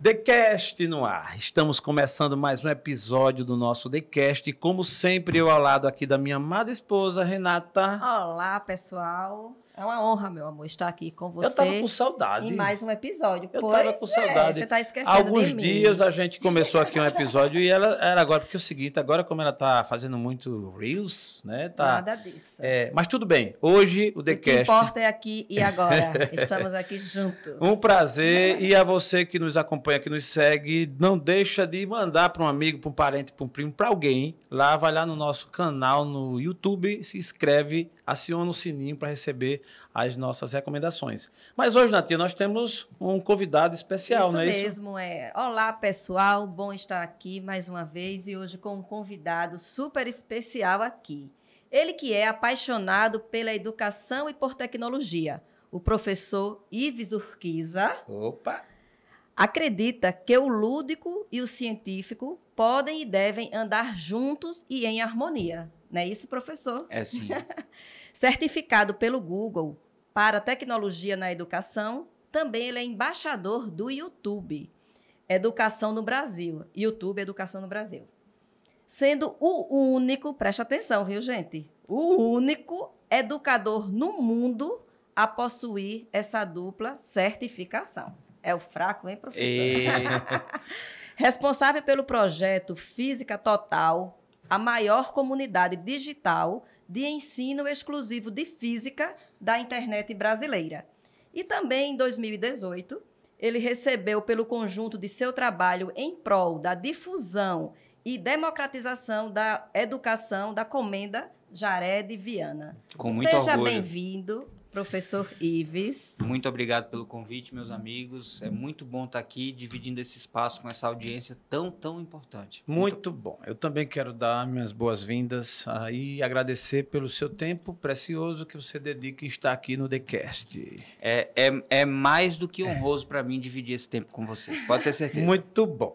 TheCast no ar. Estamos começando mais um episódio do nosso TheCast. E como sempre, eu ao lado aqui da minha amada esposa, Renata. Olá, pessoal. É uma honra, meu amor, estar aqui com você. Eu tava com saudade. Em mais um episódio. Eu tava com saudade. Você tá esquecendo Alguns de mim. dias a gente começou aqui um episódio e ela era agora, porque é o seguinte, agora como ela tá fazendo muito Reels, né? Tá, Nada disso. Mas tudo bem. Hoje o TheCast... O que importa é aqui e agora. Estamos aqui juntos. Um prazer. E a você que nos acompanha, que nos segue, não deixa de mandar para um amigo, para um parente, para um primo, para alguém. Lá, vai lá no nosso canal no YouTube, se inscreve, aciona o sininho para receber as nossas recomendações. Mas hoje, Natinha, nós temos um convidado especial, Isso não é isso? mesmo, é. Olá, pessoal. Bom estar aqui mais uma vez e hoje com um convidado super especial aqui. Ele que é apaixonado pela educação e por tecnologia. O professor Ives Urquiza. Opa! Acredita que o lúdico e o científico podem e devem andar juntos e em harmonia. Não é isso, professor? É sim. Certificado pelo Google para tecnologia na educação, também ele é embaixador do YouTube, Educação no Brasil. YouTube Educação no Brasil. Sendo o único, preste atenção, viu, gente? O único educador no mundo a possuir essa dupla certificação. É o fraco, hein, professor? Responsável pelo projeto Física Total, a maior comunidade digital de ensino exclusivo de física da internet brasileira. E também, em 2018, ele recebeu, pelo conjunto de seu trabalho em prol da difusão e democratização da educação da Comenda Jared Viana. Com muito Seja orgulho. bem-vindo, professor Ives. Muito obrigado pelo convite, meus amigos. É muito bom estar aqui dividindo esse espaço com essa audiência tão importante. Muito bom. Eu também quero dar minhas boas-vindas e agradecer pelo seu tempo precioso que você dedica em estar aqui no TheCast. É mais do que honroso para mim dividir esse tempo com vocês, pode ter certeza. Muito bom.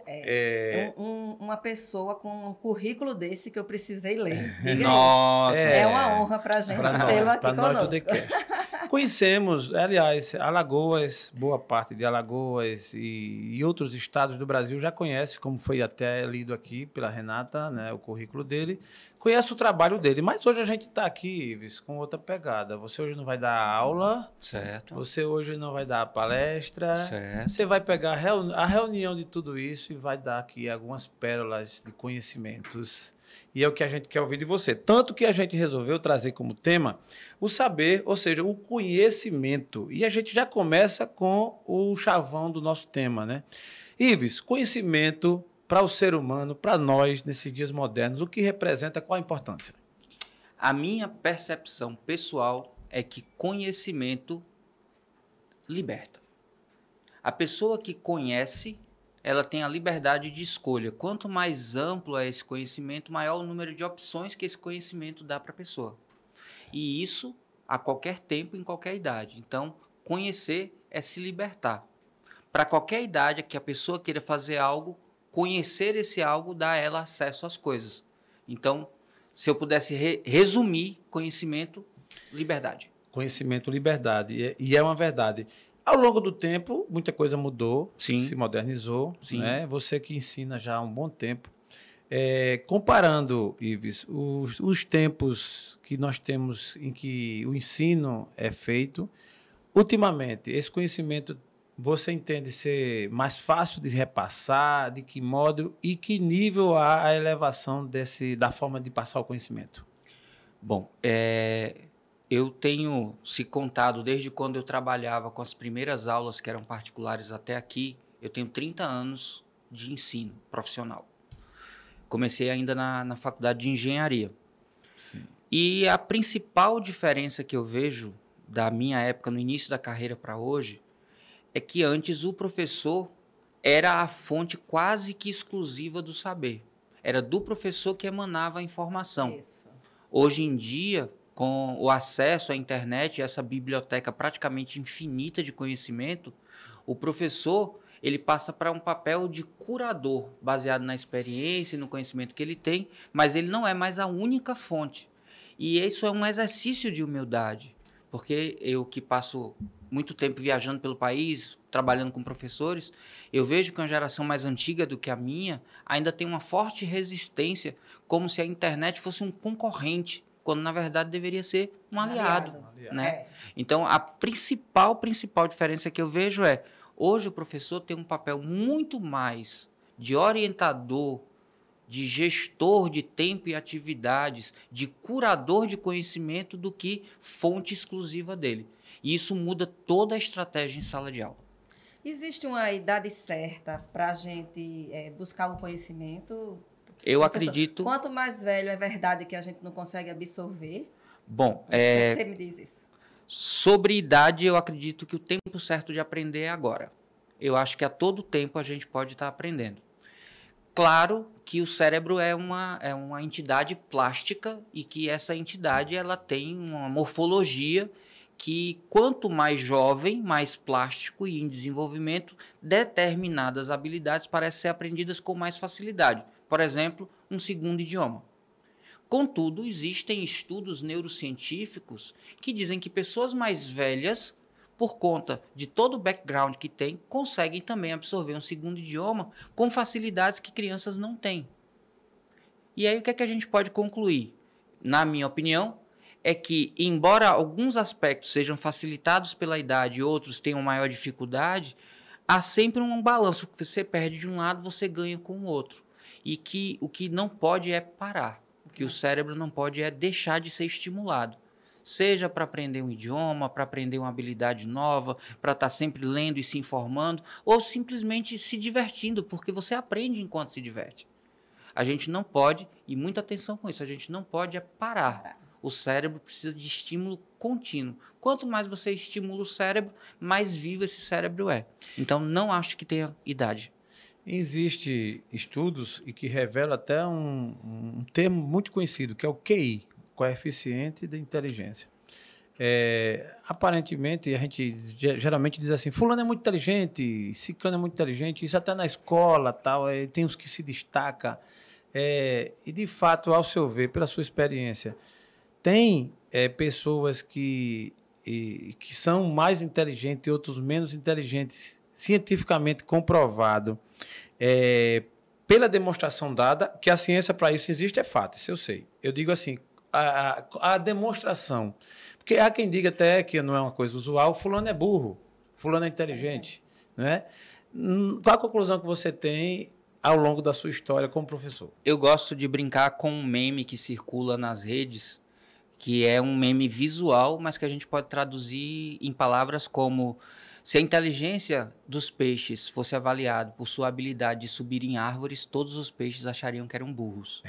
Uma pessoa com um currículo desse que eu precisei ler. Diga aí. Nossa! É uma honra para a gente tê-lo aqui Para nós do conosco. TheCast. Conhecemos, aliás, Alagoas, boa parte de Alagoas e outros estados do Brasil já conhece, como foi até lido aqui pela Renata, né, o currículo dele, conhece o trabalho dele. Mas hoje a gente está aqui, Ives, com outra pegada. Você hoje não vai dar aula, Certo. você hoje não vai dar palestra, Certo. você vai pegar a reunião de tudo isso e vai dar aqui algumas pérolas de conhecimentos. E é o que a gente quer ouvir de você. Tanto que a gente resolveu trazer como tema o saber, ou seja, o conhecimento. E a gente já começa com o chavão do nosso tema, né? Ives, conhecimento para o ser humano, para nós, nesses dias modernos, o que representa, qual a importância? A minha percepção pessoal é que conhecimento liberta. A pessoa que conhece, ela tem a liberdade de escolha. Quanto mais amplo é esse conhecimento, maior o número de opções que esse conhecimento dá para a pessoa. E isso a qualquer tempo, em qualquer idade. Então, conhecer é se libertar. Para qualquer idade que a pessoa queira fazer algo, conhecer esse algo dá a ela acesso às coisas. Então, se eu pudesse resumir, conhecimento, liberdade. Conhecimento, liberdade. E é uma verdade. Ao longo do tempo, muita coisa mudou, Sim. Se modernizou. Sim. Né? Você que ensina já há um bom tempo. Comparando, Ives, os tempos que nós temos em que o ensino é feito, ultimamente, esse conhecimento você entende ser mais fácil de repassar, de que modo e que nível há a elevação da forma de passar o conhecimento? Bom, eu tenho se contado desde quando eu trabalhava com as primeiras aulas que eram particulares até aqui, eu tenho 30 anos de ensino profissional. Comecei ainda na faculdade de engenharia. Sim. E a principal diferença que eu vejo da minha época, no início da carreira para hoje, é que antes o professor era a fonte quase que exclusiva do saber. Era do professor que emanava a informação. Isso. Hoje em dia, com o acesso à internet, essa biblioteca praticamente infinita de conhecimento, o professor ele passa para um papel de curador, baseado na experiência e no conhecimento que ele tem, mas ele não é mais a única fonte. E isso é um exercício de humildade, porque eu que passo muito tempo viajando pelo país, trabalhando com professores, eu vejo que uma geração mais antiga do que a minha ainda tem uma forte resistência, como se a internet fosse um concorrente, quando na verdade deveria ser um aliado. Né? Então, a principal diferença que eu vejo é, hoje o professor tem um papel muito mais de orientador, de gestor de tempo e atividades, de curador de conhecimento do que fonte exclusiva dele. E isso muda toda a estratégia em sala de aula. Existe uma idade certa para a gente buscar o conhecimento? Eu Professor, acredito... Quanto mais velho é verdade que a gente não consegue absorver? Bom, você me diz isso. Sobre idade, eu acredito que o tempo certo de aprender é agora. Eu acho que a todo tempo a gente pode estar aprendendo. Claro que o cérebro é uma entidade plástica e que essa entidade ela tem uma morfologia que, quanto mais jovem, mais plástico e em desenvolvimento, determinadas habilidades parecem ser aprendidas com mais facilidade. Por exemplo, um segundo idioma. Contudo, existem estudos neurocientíficos que dizem que pessoas mais velhas, por conta de todo o background que tem, conseguem também absorver um segundo idioma com facilidades que crianças não têm. E aí o que é que a gente pode concluir? Na minha opinião, é que, embora alguns aspectos sejam facilitados pela idade e outros tenham maior dificuldade, há sempre um balanço. Que você perde de um lado, você ganha com o outro. E que o que não pode é parar. O que o cérebro não pode é deixar de ser estimulado. Seja para aprender um idioma, para aprender uma habilidade nova, para estar sempre lendo e se informando, ou simplesmente se divertindo, porque você aprende enquanto se diverte. A gente não pode, e muita atenção com isso, a gente não pode parar. O cérebro precisa de estímulo contínuo. Quanto mais você estimula o cérebro, mais vivo esse cérebro é. Então, não acho que tenha idade. Existem estudos e que revelam até um termo muito conhecido, que é o QI, coeficiente de inteligência. Aparentemente, a gente geralmente diz assim, fulano é muito inteligente, ciclano é muito inteligente, isso até na escola, tal, tem os que se destacam. E, de fato, ao seu ver, pela sua experiência, tem pessoas que são mais inteligentes e outros menos inteligentes, cientificamente comprovado, pela demonstração dada, que a ciência para isso existe, é fato, isso eu sei. Eu digo assim, a demonstração, porque há quem diga até que não é uma coisa usual, fulano é burro, fulano é inteligente, né? Qual a conclusão que você tem ao longo da sua história como professor? Eu gosto de brincar com um meme que circula nas redes, que é um meme visual, mas que a gente pode traduzir em palavras como: se a inteligência dos peixes fosse avaliada por sua habilidade de subir em árvores, todos os peixes achariam que eram burros.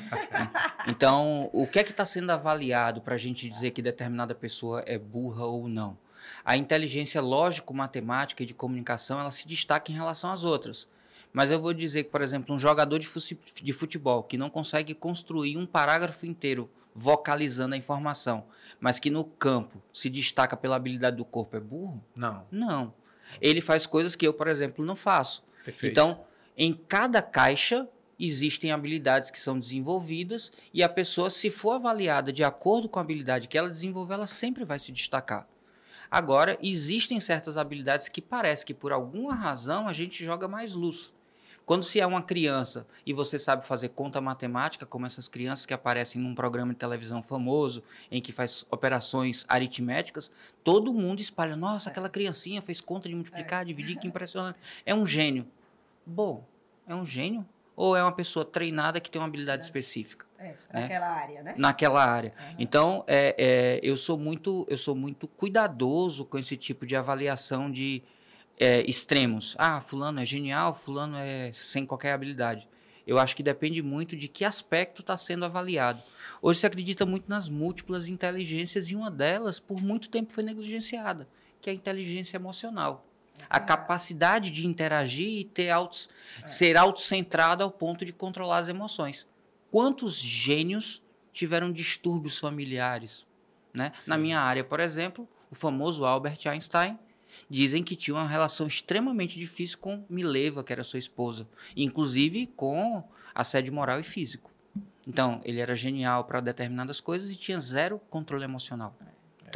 Então, o que é que está sendo avaliado para a gente dizer que determinada pessoa é burra ou não? A inteligência lógico-matemática e de comunicação, ela se destaca em relação às outras. Mas eu vou dizer que, por exemplo, um jogador de futebol que não consegue construir um parágrafo inteiro vocalizando a informação, mas que no campo se destaca pela habilidade do corpo, é burro? Não. Não. Ele faz coisas que eu, por exemplo, não faço. Perfeito. Então, em cada caixa existem habilidades que são desenvolvidas e a pessoa, se for avaliada de acordo com a habilidade que ela desenvolveu, ela sempre vai se destacar. Agora, existem certas habilidades que parece que por alguma razão a gente joga mais luz. Quando se é uma criança e você sabe fazer conta matemática, como essas crianças que aparecem num programa de televisão famoso, em que faz operações aritméticas, todo mundo espalha, nossa, aquela criancinha fez conta de multiplicar, dividir, que impressionante. É um gênio. Bom, é um gênio? Ou é uma pessoa treinada que tem uma habilidade específica? Naquela área, né? Naquela área. Uhum. Então, eu sou muito cuidadoso com esse tipo de avaliação de extremos. Ah, fulano é genial, fulano é sem qualquer habilidade. Eu acho que depende muito de que aspecto está sendo avaliado. Hoje se acredita muito nas múltiplas inteligências e uma delas, por muito tempo, foi negligenciada, que é a inteligência emocional. A capacidade de interagir e ser autocentrado ao ponto de controlar as emoções. Quantos gênios tiveram distúrbios familiares? Né? Na minha área, por exemplo, o famoso Albert Einstein, dizem que tinha uma relação extremamente difícil com Mileva, que era sua esposa, inclusive com assédio moral e físico. Então, ele era genial para determinadas coisas e tinha zero controle emocional. Então,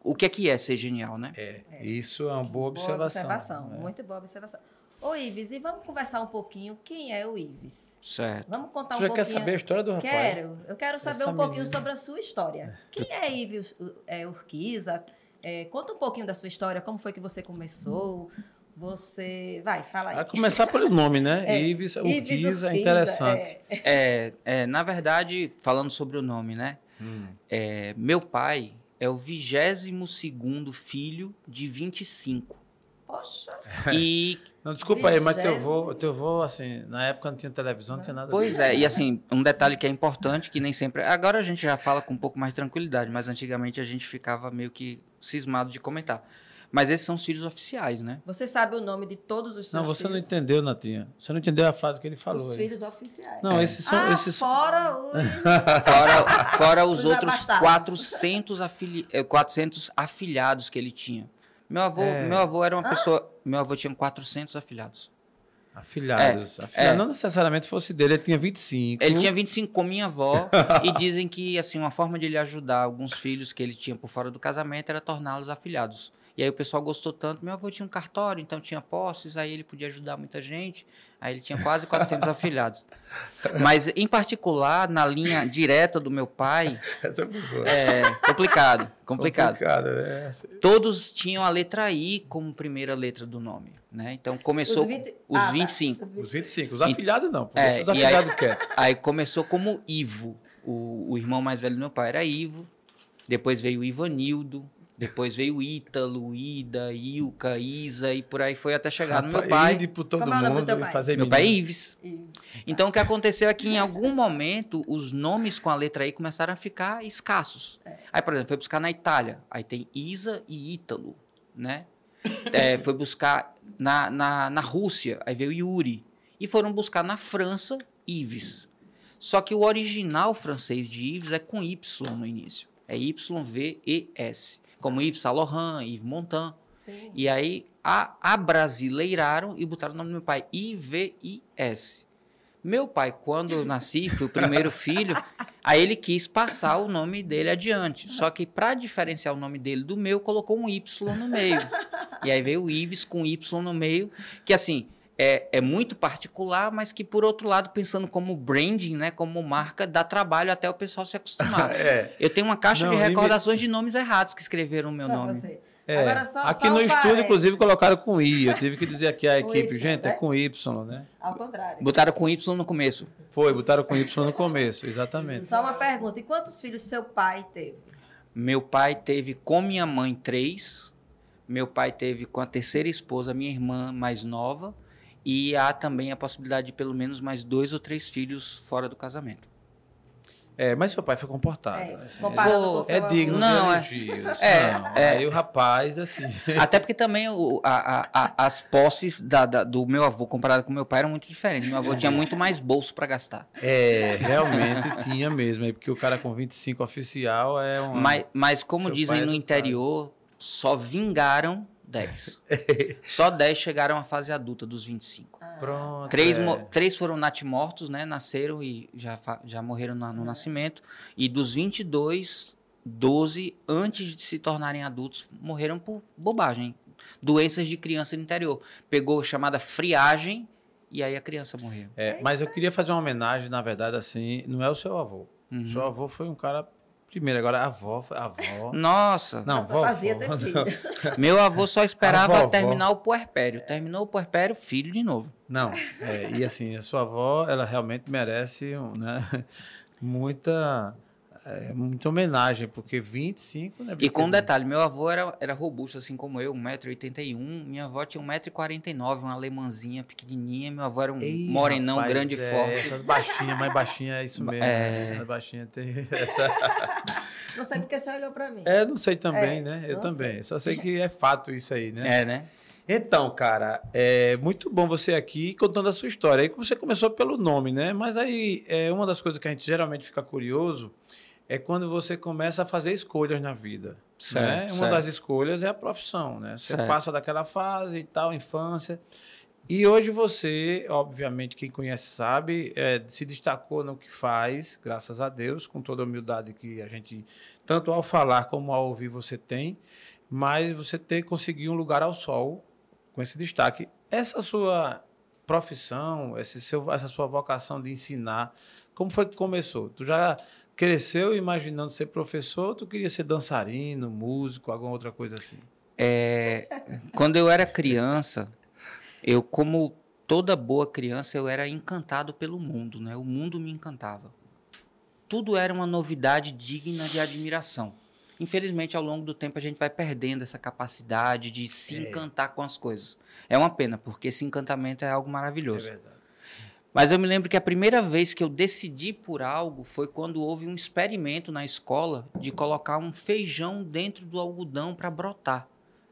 o que é ser genial, né? Isso é uma boa observação. Muito boa observação. Ô, Ives, e vamos conversar um pouquinho. Quem é o Ives? Certo. Vamos contar um Já pouquinho. quer saber a história do rapaz? Eu quero saber um pouquinho sobre a sua história. Quem é Ives Urquiza? Conta um pouquinho da sua história, como foi que você começou? Vai, fala aí. Vai começar pelo nome, né? Ives Urquiza, é interessante. Na verdade, falando sobre o nome, né? Meu pai é o 22º filho de 25. Poxa. E... Não, desculpa aí, mas teu avô, assim, na época não tinha televisão, não tinha nada Pois e assim, um detalhe que é importante, que nem sempre... Agora a gente já fala com um pouco mais de tranquilidade, mas antigamente a gente ficava meio que cismado de comentar. Mas esses são os filhos oficiais, né? Você sabe o nome de todos os seus filhos? Não, você não entendeu, Natinha. Você não entendeu a frase que ele falou. Os filhos oficiais. Não, esses são... Fora os... Fora os outros abastados. 400 afilhados que ele tinha. Meu avô era uma pessoa... Meu avô tinha 400 afilhados. Afilhados. Não necessariamente fosse dele, ele tinha 25. Ele tinha 25 com minha avó. E dizem que assim, uma forma de ele ajudar alguns filhos que ele tinha por fora do casamento era torná-los afilhados. E aí o pessoal gostou tanto. Meu avô tinha um cartório, então tinha posses, aí ele podia ajudar muita gente. Aí ele tinha quase 400 afilhados. Mas, em particular, na linha direta do meu pai... Complicado. Todos tinham a letra I como primeira letra do nome, né? Então, começou os 25. Os 25. Os afilhados não, porque os afilhados querem. Aí começou como Ivo. O irmão mais velho do meu pai era Ivo. Depois veio o Ivanildo. Depois veio Ítalo, Ida, Ilka, Isa e por aí foi até chegar no meu pai. Meu pai é Ives. Então o que aconteceu é que em algum momento os nomes com a letra I começaram a ficar escassos. Aí, por exemplo, foi buscar na Itália. Aí tem Isa e Ítalo, né? Foi buscar na Rússia. Aí veio Yuri. E foram buscar na França, Ives. Só que o original francês de Ives é com Y no início. É YVES. Como Yves Saint Laurent, Yves Montand. Sim. E aí abrasileiraram e botaram o nome do meu pai, IVIS. Meu pai, quando eu nasci, foi o primeiro filho, aí ele quis passar o nome dele adiante. Só que para diferenciar o nome dele do meu, colocou um Y no meio. E aí veio o Ives com Y no meio, que assim... É muito particular, mas que, por outro lado, pensando como branding, né, como marca, dá trabalho até o pessoal se acostumar. Eu tenho uma caixa de recordações de nomes errados que escreveram o meu nome. Agora, aqui no estúdio, inclusive, colocaram com I. Eu tive que dizer aqui à equipe, gente, é com Y, né? Ao contrário. Botaram com Y no começo. Botaram com Y no começo, exatamente. Só uma pergunta, e quantos filhos seu pai teve? Meu pai teve com minha mãe 3. Meu pai teve com a terceira esposa, minha irmã mais nova. E há também a possibilidade de pelo menos mais 2 ou 3 filhos fora do casamento. Mas seu pai foi comportado. Assim, é digno de elogios. Aí o rapaz, assim... Até porque também as posses do meu avô comparado com meu pai eram muito diferentes. Meu avô tinha muito mais bolso para gastar. Realmente tinha mesmo. Porque o cara com 25 oficial é um... Mas como dizem no interior, só vingaram 10. Só 10 chegaram à fase adulta dos 25. Pronto. 3 foram natimortos, né? Nasceram e já morreram no nascimento. E dos 22, 12, antes de se tornarem adultos, morreram por bobagem. Doenças de criança no interior. Pegou chamada friagem e aí a criança morreu. Mas eu queria fazer uma homenagem, na verdade, assim, não é o seu avô. Uhum. Seu avô foi um cara... Primeiro, agora a avó. Nossa! Não, fazia ter filho. Meu avô só esperava terminar o puerpério. Terminou o puerpério, filho de novo. Não, e assim, a sua avó, ela realmente merece, né, muita homenagem, porque 25... Né, e com um detalhe, meu avô era robusto, assim como eu, 1,81 m. Minha avó tinha 1,49 m, uma alemãzinha pequenininha. Meu avô era um morenão, rapaz, grande e forte. Essas baixinhas, mais baixinhas, é isso mesmo. As baixinhas tem essa... Não sei porque você olhou pra mim. Não sei também, né? Eu também. Sei. Só sei que é fato isso aí, né? Né? Então, cara, é muito bom você aqui contando a sua história. Aí você começou pelo nome, né? Mas aí, uma das coisas que a gente geralmente fica curioso é quando você começa a fazer escolhas na vida. Certo, né? Uma das escolhas é a profissão, né? Você certo. passa daquela fase e tal, infância. E hoje você, obviamente, quem conhece sabe, se destacou no que faz, graças a Deus, com toda a humildade que a gente, tanto ao falar como ao ouvir, você tem, mas você conseguiu um lugar ao sol com esse destaque. Essa sua profissão, essa sua vocação de ensinar, como foi que começou? Tu já cresceu imaginando ser professor ou tu queria ser dançarino, músico, alguma outra coisa assim? Quando eu era criança, eu, como toda boa criança, eu era encantado pelo mundo, né? O mundo me encantava. Tudo era uma novidade digna de admiração. Infelizmente, ao longo do tempo, a gente vai perdendo essa capacidade de se encantar com as coisas. É uma pena, porque esse encantamento é algo maravilhoso. É verdade. Mas eu me lembro que a primeira vez que eu decidi por algo foi quando houve um experimento na escola de colocar um feijão dentro do algodão para brotar.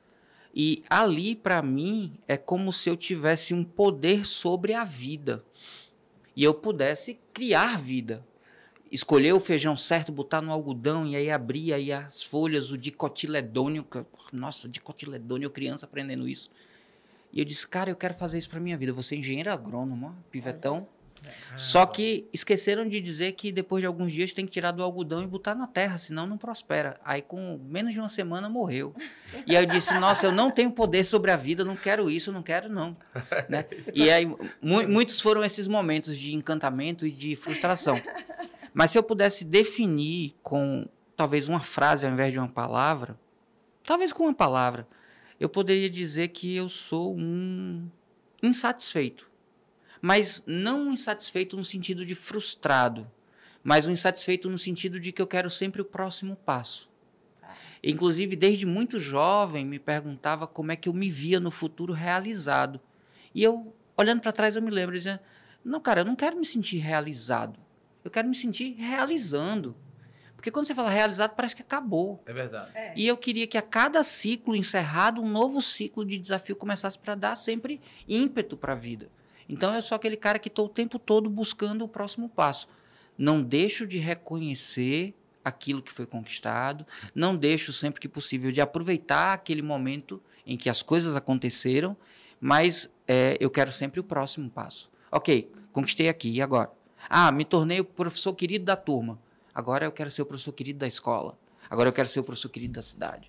E ali, para mim, é como se eu tivesse um poder sobre a vida. E eu pudesse criar vida. Escolher o feijão certo, botar no algodão e aí abrir aí as folhas, o dicotiledônio. Nossa, dicotiledônio, criança aprendendo isso. E eu disse, cara, eu quero fazer isso para minha vida. Eu vou ser engenheiro agrônomo, pivetão. Só que esqueceram de dizer que depois de alguns dias tem que tirar do algodão e botar na terra, senão não prospera. Aí com menos de uma semana morreu. E aí eu disse, nossa, eu não tenho poder sobre a vida, não quero isso, não quero não. Né? E aí muitos foram esses momentos de encantamento e de frustração. Mas se eu pudesse definir com talvez uma frase ao invés de uma palavra, talvez com uma palavra, eu poderia dizer que eu sou um insatisfeito. Mas não um insatisfeito no sentido de frustrado, mas um insatisfeito no sentido de que eu quero sempre o próximo passo. Inclusive, desde muito jovem, me perguntava como é que eu me via no futuro realizado. E eu, olhando para trás, eu me lembro, dizendo, não, cara, eu não quero me sentir realizado. Eu quero me sentir realizando. Porque quando você fala realizado, parece que acabou. É verdade. E eu queria que a cada ciclo encerrado, um novo ciclo de desafio começasse para dar sempre ímpeto para a vida. Então, eu sou aquele cara que estou o tempo todo buscando o próximo passo. Não deixo de reconhecer aquilo que foi conquistado, não deixo sempre que possível de aproveitar aquele momento em que as coisas aconteceram, mas eu quero sempre o próximo passo. Ok, conquistei aqui, e agora? Ah, me tornei o professor querido da turma. Agora eu quero ser o professor querido da escola. Agora eu quero ser o professor querido da cidade.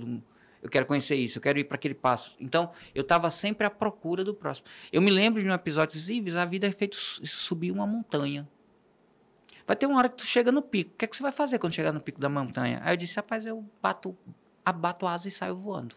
Eu quero conhecer isso, eu quero ir para aquele passo. Então, eu estava sempre à procura do próximo. Eu me lembro de um episódio que disse, Ives, a vida é feito subir uma montanha. Vai ter uma hora que tu chega no pico. O que é que você vai fazer quando chegar no pico da montanha? Aí eu disse, rapaz, eu abato a asa e saio voando.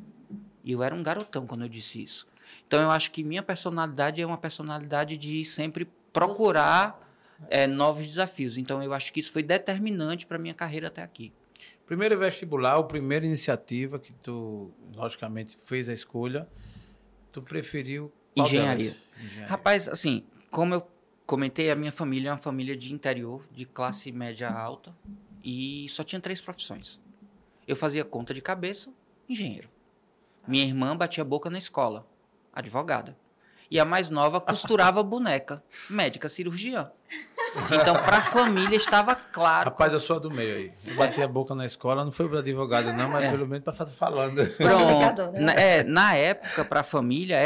E eu era um garotão quando eu disse isso. Então, eu acho que minha personalidade é uma personalidade de sempre procurar novos desafios. Então, eu acho que isso foi determinante para a minha carreira até aqui. Primeiro vestibular, a primeira iniciativa que tu, logicamente, fez a escolha, tu preferiu qual Engenharia. delas? Engenharia. Rapaz, assim, como eu comentei, a minha família é uma família de interior, de classe média alta, e só tinha 3 profissões. Eu fazia conta de cabeça, engenheiro. Minha irmã batia boca na escola, advogada. E a mais nova costurava boneca, médica cirurgiã. Então, para a família estava claro. Rapaz, eu sou a do meio aí. Eu bati a boca na escola, não foi para advogado não, mas pelo menos para estar falando. Pronto. Na época, para a família,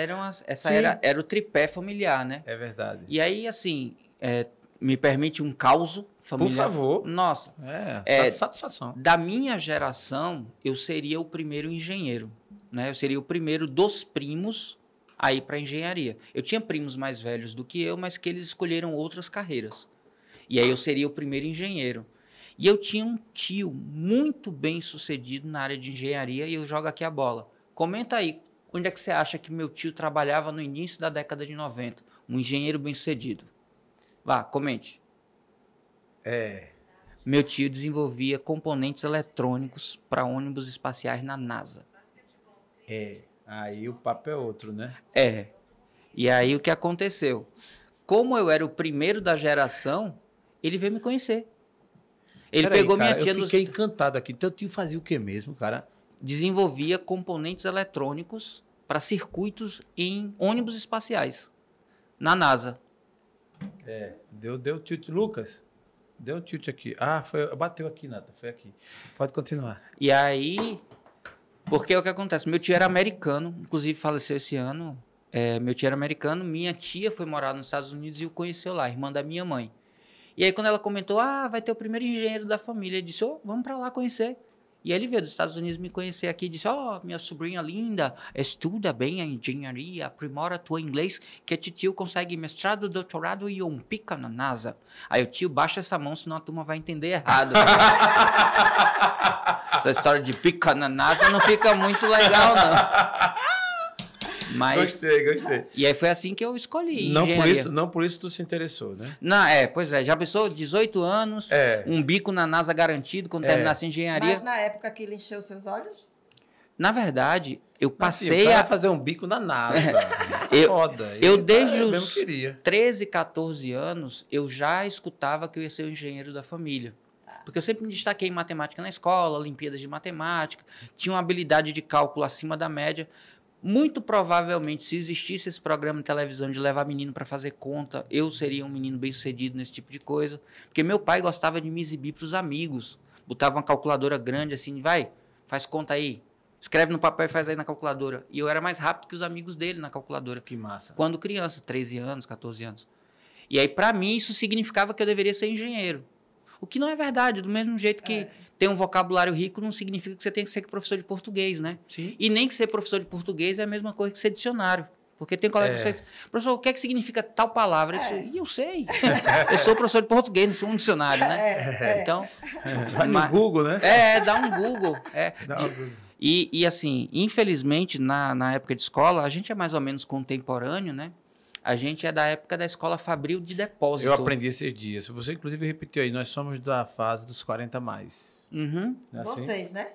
era o tripé familiar, né? É verdade. E aí, assim, me permite um caos familiar. Por favor. Nossa. Satisfação. Da minha geração, eu seria o primeiro engenheiro, né? Eu seria o primeiro dos primos a ir para a engenharia. Eu tinha primos mais velhos do que eu, mas que eles escolheram outras carreiras. E aí eu seria o primeiro engenheiro. E eu tinha um tio muito bem sucedido na área de engenharia e eu jogo aqui a bola. Comenta aí, onde é que você acha que meu tio trabalhava no início da década de 90? Um engenheiro bem sucedido. Vá, comente. Meu tio desenvolvia componentes eletrônicos para ônibus espaciais na NASA. Aí o papo é outro, né? E aí o que aconteceu? Como eu era o primeiro da geração, ele veio me conhecer. Ele pegou minha tia... Eu fiquei encantado aqui. Teu tio fazia o que mesmo, cara? Desenvolvia componentes eletrônicos para circuitos em ônibus espaciais, na NASA. Deu tilt, Lucas? Deu tilt aqui. Bateu aqui, Nata. Foi aqui. Pode continuar. E aí... Porque é o que acontece. Meu tio era americano, inclusive faleceu esse ano. Meu tio era americano, minha tia foi morar nos Estados Unidos e o conheceu lá, irmã da minha mãe. E aí quando ela comentou, vai ter o primeiro engenheiro da família, ele disse, vamos para lá conhecer. E aí ele veio dos Estados Unidos me conhecer aqui e disse, minha sobrinha linda, estuda bem a engenharia, aprimora teu inglês, que a titio consegue mestrado, doutorado e um pica na NASA. Aí o tio, baixa essa mão, senão a turma vai entender errado. Essa história de pica na NASA não fica muito legal, não. Mas, gostei. E aí foi assim que eu escolhi engenharia. Não por isso tu se interessou, né? Não, pois é. Já pensou? 18 anos, um bico na NASA garantido quando terminasse engenharia. Mas na época que ele encheu seus olhos? Na verdade, eu passei a fazer um bico na NASA. Foda. Eu desde os 13, 14 anos, eu já escutava que eu ia ser o engenheiro da família. Porque eu sempre me destaquei em matemática na escola, Olimpíadas de Matemática, tinha uma habilidade de cálculo acima da média. Muito provavelmente, se existisse esse programa de televisão de levar menino para fazer conta, eu seria um menino bem-sucedido nesse tipo de coisa. Porque meu pai gostava de me exibir para os amigos. Botava uma calculadora grande assim, faz conta aí. Escreve no papel e faz aí na calculadora. E eu era mais rápido que os amigos dele na calculadora. Que massa. Quando criança, 13 anos, 14 anos. E aí, para mim, isso significava que eu deveria ser engenheiro. O que não é verdade, do mesmo jeito que ter um vocabulário rico não significa que você tem que ser professor de português, né? Sim. E nem que ser professor de português é a mesma coisa que ser dicionário. Porque tem colega que você diz, professor, o que é que significa tal palavra? Eu sei. Eu sou professor de português, não sou um dicionário, né? Então... Vai no Google, né? Dá um Google. E assim, infelizmente, na época de escola, a gente é mais ou menos contemporâneo, né? A gente é da época da Escola Fabril de Depósito. Eu aprendi esses dias. Você, inclusive, repetiu aí. Nós somos da fase dos 40 mais. Uhum. É assim? Vocês, né?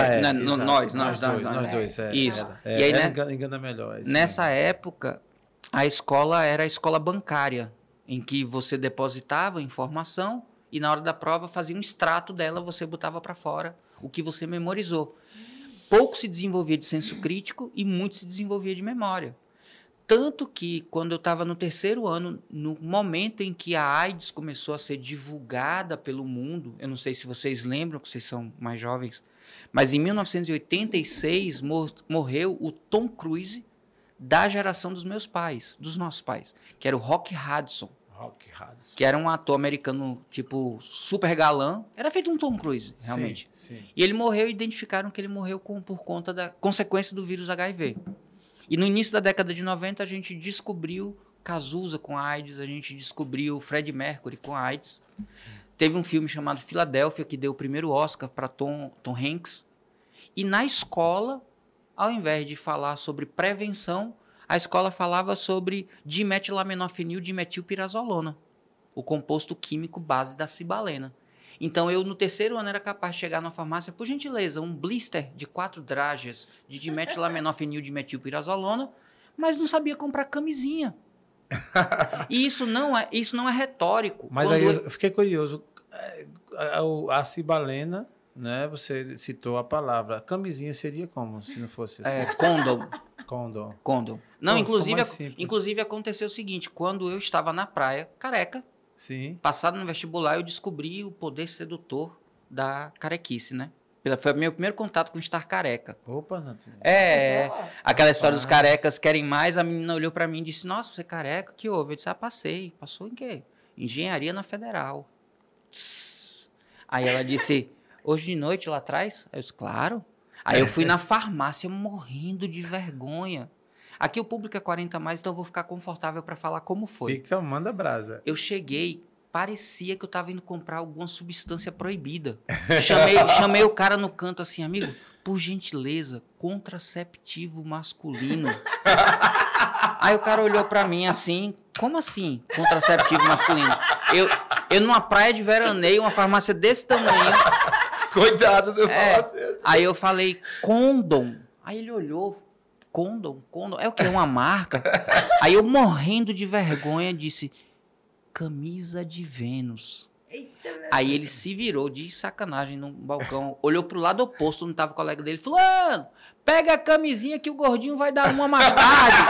Nós dois. Isso. E aí, engana melhor. Nessa época, a escola era a escola bancária, em que você depositava informação e na hora da prova fazia um extrato dela, você botava para fora o que você memorizou. Pouco se desenvolvia de senso crítico e muito se desenvolvia de memória. Tanto que, quando eu estava no 3º ano, no momento em que a AIDS começou a ser divulgada pelo mundo, eu não sei se vocês lembram, que vocês são mais jovens, mas em 1986 morreu o Tom Cruise da geração dos meus pais, dos nossos pais, que era o Rock Hudson. Que era um ator americano, tipo, super galã. Era feito um Tom Cruise, realmente. Sim. E ele morreu e identificaram que ele morreu por conta da consequência do vírus HIV. E no início da década de 90, a gente descobriu Cazuza com AIDS, a gente descobriu Freddie Mercury com AIDS. Teve um filme chamado Filadélfia, que deu o primeiro Oscar para Tom Hanks. E na escola, ao invés de falar sobre prevenção, a escola falava sobre dimetilamenofenil dimetilpirazolona, o composto químico base da cibalena. Então, eu no 3º ano era capaz de chegar na farmácia, por gentileza, um blister de 4 dragas de dimetilamenofenil dimetilpirazolona, mas não sabia comprar camisinha. E isso não é retórico. Mas aí eu fiquei curioso. A cibalena, né? Você citou a palavra. Camisinha seria como, se não fosse assim? Condom. Não, inclusive aconteceu o seguinte, quando eu estava na praia, careca, sim, passado no vestibular, eu descobri o poder sedutor da carequice, né? Foi o meu primeiro contato com estar careca. Opa, Natinho. Aquela história dos carecas querem mais, a menina olhou pra mim e disse, nossa, você é careca? Que houve? Eu disse, passei. Passou em quê? Engenharia na Federal. Tss. Aí ela disse, hoje de noite lá atrás? Eu disse, claro. Aí eu fui na farmácia morrendo de vergonha. Aqui o público é 40 mais, então eu vou ficar confortável para falar como foi. Manda brasa. Eu cheguei, parecia que eu estava indo comprar alguma substância proibida. Chamei o cara no canto assim, amigo, por gentileza, contraceptivo masculino. Aí o cara olhou para mim assim, como assim, contraceptivo masculino? Eu numa praia de veraneio, uma farmácia desse tamanho. Coitado do farmacêutico. Aí eu falei, condom. Aí ele olhou, condom? É o quê? Uma marca? Aí eu, morrendo de vergonha, disse, camisa de Vênus. Eita, aí ele se virou de sacanagem no balcão, olhou pro lado oposto, não tava o colega dele, fulano, pega a camisinha que o gordinho vai dar uma mais tarde.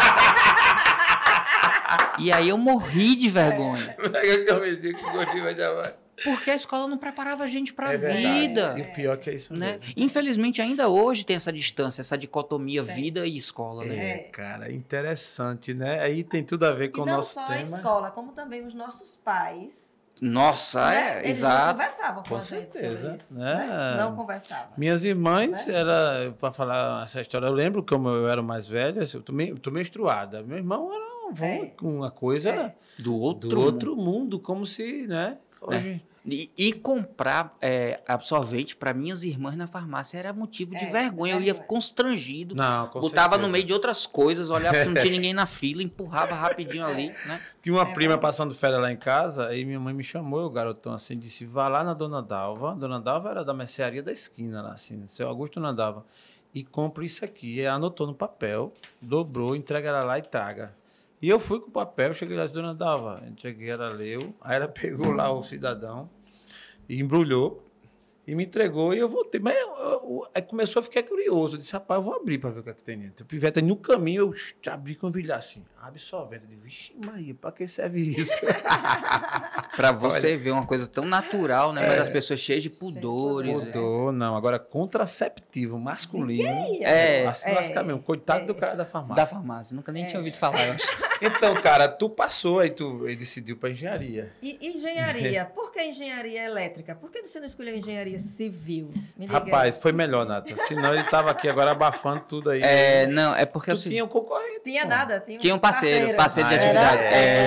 E aí eu morri de vergonha. Pega a camisinha que o gordinho vai dar mais. Porque a escola não preparava a gente para a verdade. vida. E o pior que é isso Né? mesmo. Infelizmente, ainda hoje tem essa distância, essa dicotomia vida e escola. Né? Cara, interessante, né? Aí tem tudo a ver com E o não nosso só tema. a escola, como também os nossos pais. Nossa, Né? Eles não exato. conversavam com Com a gente sobre certeza, isso. né? Não conversavam. Minhas irmãs, Né? para falar essa história, eu lembro como eu era mais velho, assim, eu tô menstruada. Meu irmão era uma coisa Do outro, do outro mundo, como se, né? Hoje. E comprar absorvente para minhas irmãs na farmácia era motivo de vergonha. Eu ia constrangido. Não, com botava certeza. no meio de outras coisas, olhava se não tinha ninguém na fila, empurrava rapidinho ali, né? Tinha uma prima passando férias lá em casa, aí minha mãe me chamou, o garotão assim, disse, vá lá na Dona Dalva. Dona Dalva era da mercearia da esquina lá, assim, seu Augusto Dona Dalva. E compre isso aqui. E anotou no papel, dobrou, entrega ela lá e traga. E eu fui com o papel, cheguei lá, Dona Dalva, entreguei, ela leu, aí ela pegou lá o cidadão, e embrulhou e me entregou e eu voltei. Mas aí começou a ficar curioso. Eu disse, rapaz, eu vou abrir para ver o que é que tem dentro. O pivete no caminho, eu abri com um assim, absorvente. Eu disse, vixe Maria, para que serve isso? Para você ver uma coisa tão natural, né? Mas as pessoas cheias de pudores. Pudor, não. Agora, contraceptivo masculino. Lascar mesmo. Coitado do cara da farmácia. Da farmácia. Nunca nem tinha ouvido falar, eu acho. Então, cara, tu passou aí, tu decidiu para engenharia. E engenharia? Por que engenharia elétrica? Por que você não escolheu engenharia civil? Me diga Rapaz, aí. foi melhor, Nata. Senão ele tava aqui agora abafando tudo aí. Não, é porque Tu assim... tinha um concorrente. Tinha nada. Tinha um parceiro de atividade.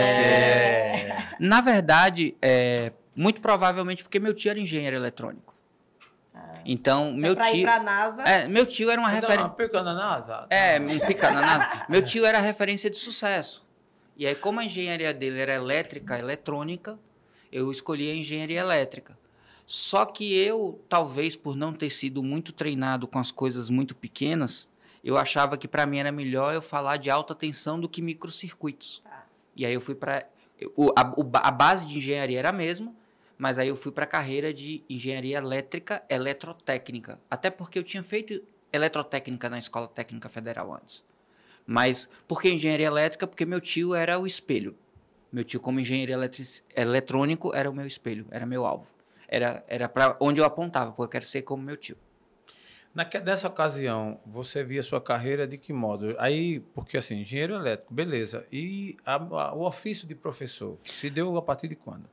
Na verdade, muito provavelmente porque meu tio era engenheiro eletrônico. Então, meu pra tio... ir pra NASA. meu tio era uma referência... Uma pica na NASA? um pica na NASA. Meu tio era referência de sucesso. E aí, como a engenharia dele era elétrica, eletrônica, eu escolhi a engenharia elétrica. Só que eu, talvez por não ter sido muito treinado com as coisas muito pequenas, eu achava que para mim era melhor eu falar de alta tensão do que microcircuitos. E aí eu fui para... A base de engenharia era a mesma, mas aí eu fui para a carreira de engenharia elétrica, eletrotécnica. Até porque eu tinha feito eletrotécnica na Escola Técnica Federal antes. Mas por que engenharia elétrica? Porque meu tio era o espelho. Meu tio, como engenheiro eletrônico, era o meu espelho, era meu alvo. Era para onde eu apontava, porque eu quero ser como meu tio. Nessa ocasião, você via sua carreira de que modo? Aí, porque assim, engenheiro elétrico, beleza. E o ofício de professor, se deu a partir de quando?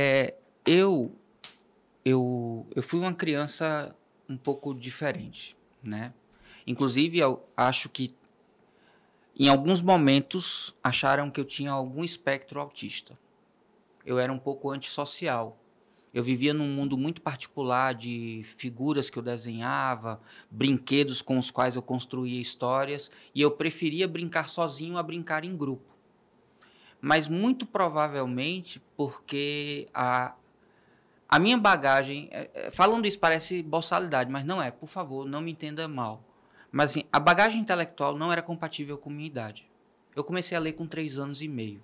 Eu fui uma criança um pouco diferente, né? Inclusive, eu acho que em alguns momentos acharam que eu tinha algum espectro autista. Eu era um pouco antissocial. Eu vivia num mundo muito particular de figuras que eu desenhava, brinquedos com os quais eu construía histórias, e eu preferia brincar sozinho a brincar em grupo. Mas muito provavelmente porque a minha bagagem... falando isso parece boçalidade, mas não é. Por favor, não me entenda mal. Mas assim, a bagagem intelectual não era compatível com minha idade. Eu comecei a ler com 3 anos e meio.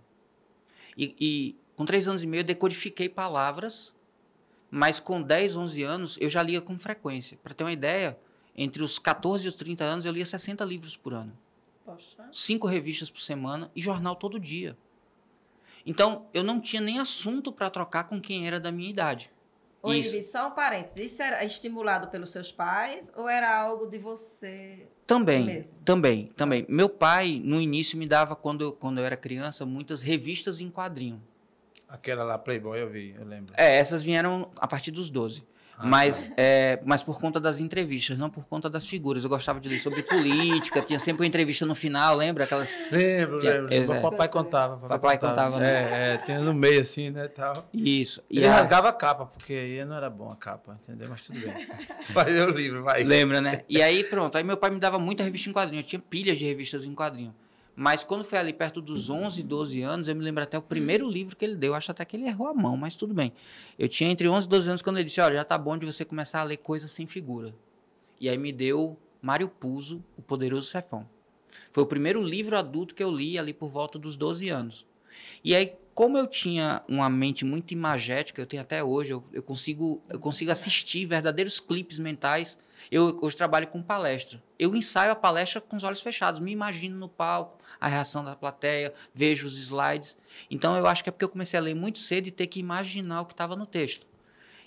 E com 3 anos e meio eu decodifiquei palavras, mas com 10, 11 anos eu já lia com frequência. Para ter uma ideia, entre os 14 e os 30 anos eu lia 60 livros por ano. Poxa. 5 revistas por semana e jornal todo dia. Então, eu não tinha nem assunto para trocar com quem era da minha idade. Ô, Iris, só um parênteses. Isso era estimulado pelos seus pais ou era algo de você mesmo? Também. Meu pai, no início, me dava, quando eu era criança, muitas revistas em quadrinho. Aquela lá, Playboy, eu vi, eu lembro. Essas vieram a partir dos 12. Mas por conta das entrevistas, não por conta das figuras. Eu gostava de ler sobre política, tinha sempre uma entrevista no final, lembra? Lembro. Papai contava. Papai contava. Tinha no meio assim, né, tal. Isso. Ele rasgava a capa, porque aí não era bom a capa, entendeu? Mas tudo bem. Vai ler o livro, vai. Lembra, né? E aí, pronto. Aí meu pai me dava muita revista em quadrinho. Eu tinha pilhas de revistas em quadrinho. Mas quando foi ali perto dos 11, 12 anos, eu me lembro até o primeiro livro que ele deu. Eu acho até que ele errou a mão, mas tudo bem. Eu tinha entre 11 e 12 anos quando ele disse, olha, já tá bom de você começar a ler coisas sem figura. E aí me deu Mário Puzo, O Poderoso Chefão. Foi o primeiro livro adulto que eu li ali por volta dos 12 anos. E aí, como eu tinha uma mente muito imagética, eu tenho até hoje, eu consigo assistir verdadeiros clipes mentais. Eu hoje trabalho com palestra. Eu ensaio a palestra com os olhos fechados, me imagino no palco, a reação da plateia, vejo os slides. Então, eu acho que é porque eu comecei a ler muito cedo e ter que imaginar o que estava no texto.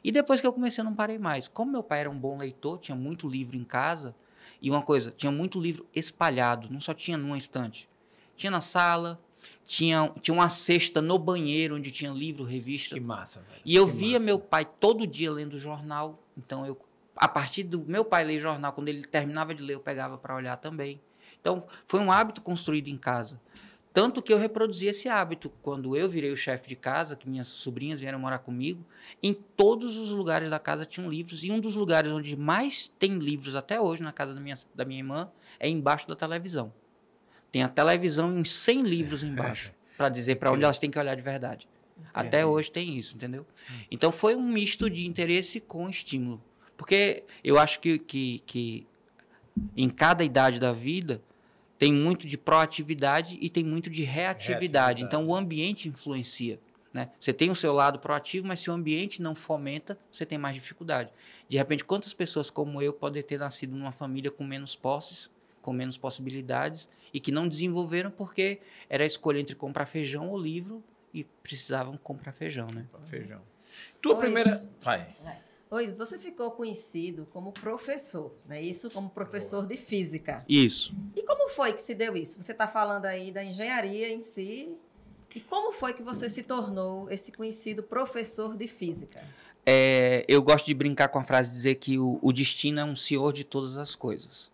E depois que eu comecei, eu não parei mais. Como meu pai era um bom leitor, tinha muito livro em casa, e uma coisa, tinha muito livro espalhado, não só tinha numa estante. Tinha na sala, tinha uma cesta no banheiro, onde tinha livro, revista. Que massa, velho. E eu via meu pai todo dia lendo jornal, então a partir do meu pai ler jornal, quando ele terminava de ler, eu pegava para olhar também. Então, foi um hábito construído em casa. Tanto que eu reproduzi esse hábito. Quando eu virei o chefe de casa, que minhas sobrinhas vieram morar comigo, em todos os lugares da casa tinham livros. E um dos lugares onde mais tem livros até hoje, na casa da minha irmã, é embaixo da televisão. Tem a televisão em 100 livros embaixo, para dizer para onde elas têm que olhar de verdade. Até hoje tem isso, entendeu? Então, foi um misto de interesse com estímulo. Porque eu acho que em cada idade da vida tem muito de proatividade e tem muito de reatividade. Então, o ambiente influencia. Né? Você tem o seu lado proativo, mas se o ambiente não fomenta, você tem mais dificuldade. De repente, quantas pessoas como eu podem ter nascido numa família com menos posses, com menos possibilidades, e que não desenvolveram porque era a escolha entre comprar feijão ou livro e precisavam comprar feijão. Né? Feijão. Tua primeira... Vai. Oi, você ficou conhecido como professor, né? Isso como professor de física. Isso. E como foi que se deu isso? Você está falando aí da engenharia em si. E como foi que você se tornou esse conhecido professor de física? Eu gosto de brincar com a frase de dizer que o destino é um senhor de todas as coisas.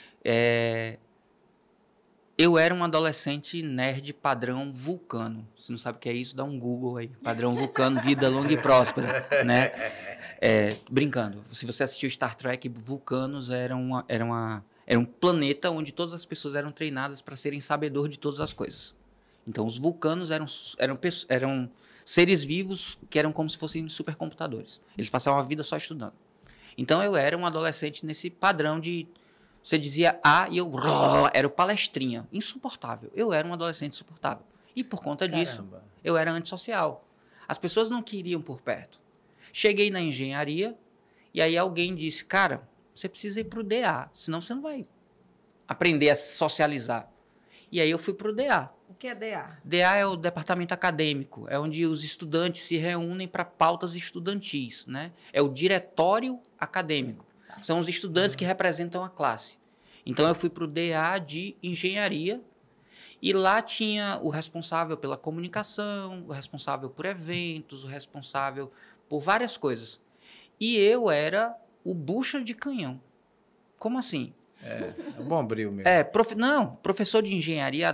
Eu era um adolescente nerd padrão vulcano. Se não sabe o que é isso, dá um Google aí. Padrão vulcano, vida longa e próspera, né? Brincando. Se você assistiu Star Trek, vulcanos era um planeta onde todas as pessoas eram treinadas para serem sabedor de todas as coisas. Então, os vulcanos eram seres vivos que eram como se fossem supercomputadores. Eles passavam a vida só estudando. Então, eu era um adolescente nesse padrão de... Você dizia A e eu... Era o palestrinha. Insuportável. Eu era um adolescente insuportável. E por conta disso, eu era antissocial. As pessoas não queriam por perto. Cheguei na engenharia e aí alguém disse, cara, você precisa ir para o DA, senão você não vai aprender a socializar. E aí eu fui para o DA. O que é DA? DA é o departamento acadêmico, é onde os estudantes se reúnem para pautas estudantis, né? É o diretório acadêmico. São os estudantes que representam a classe. Então, eu fui para o DA de engenharia e lá tinha o responsável pela comunicação, o responsável por eventos, o responsável por várias coisas. E eu era o bucha de canhão. Como assim? É um bombril mesmo. Não, professor de engenharia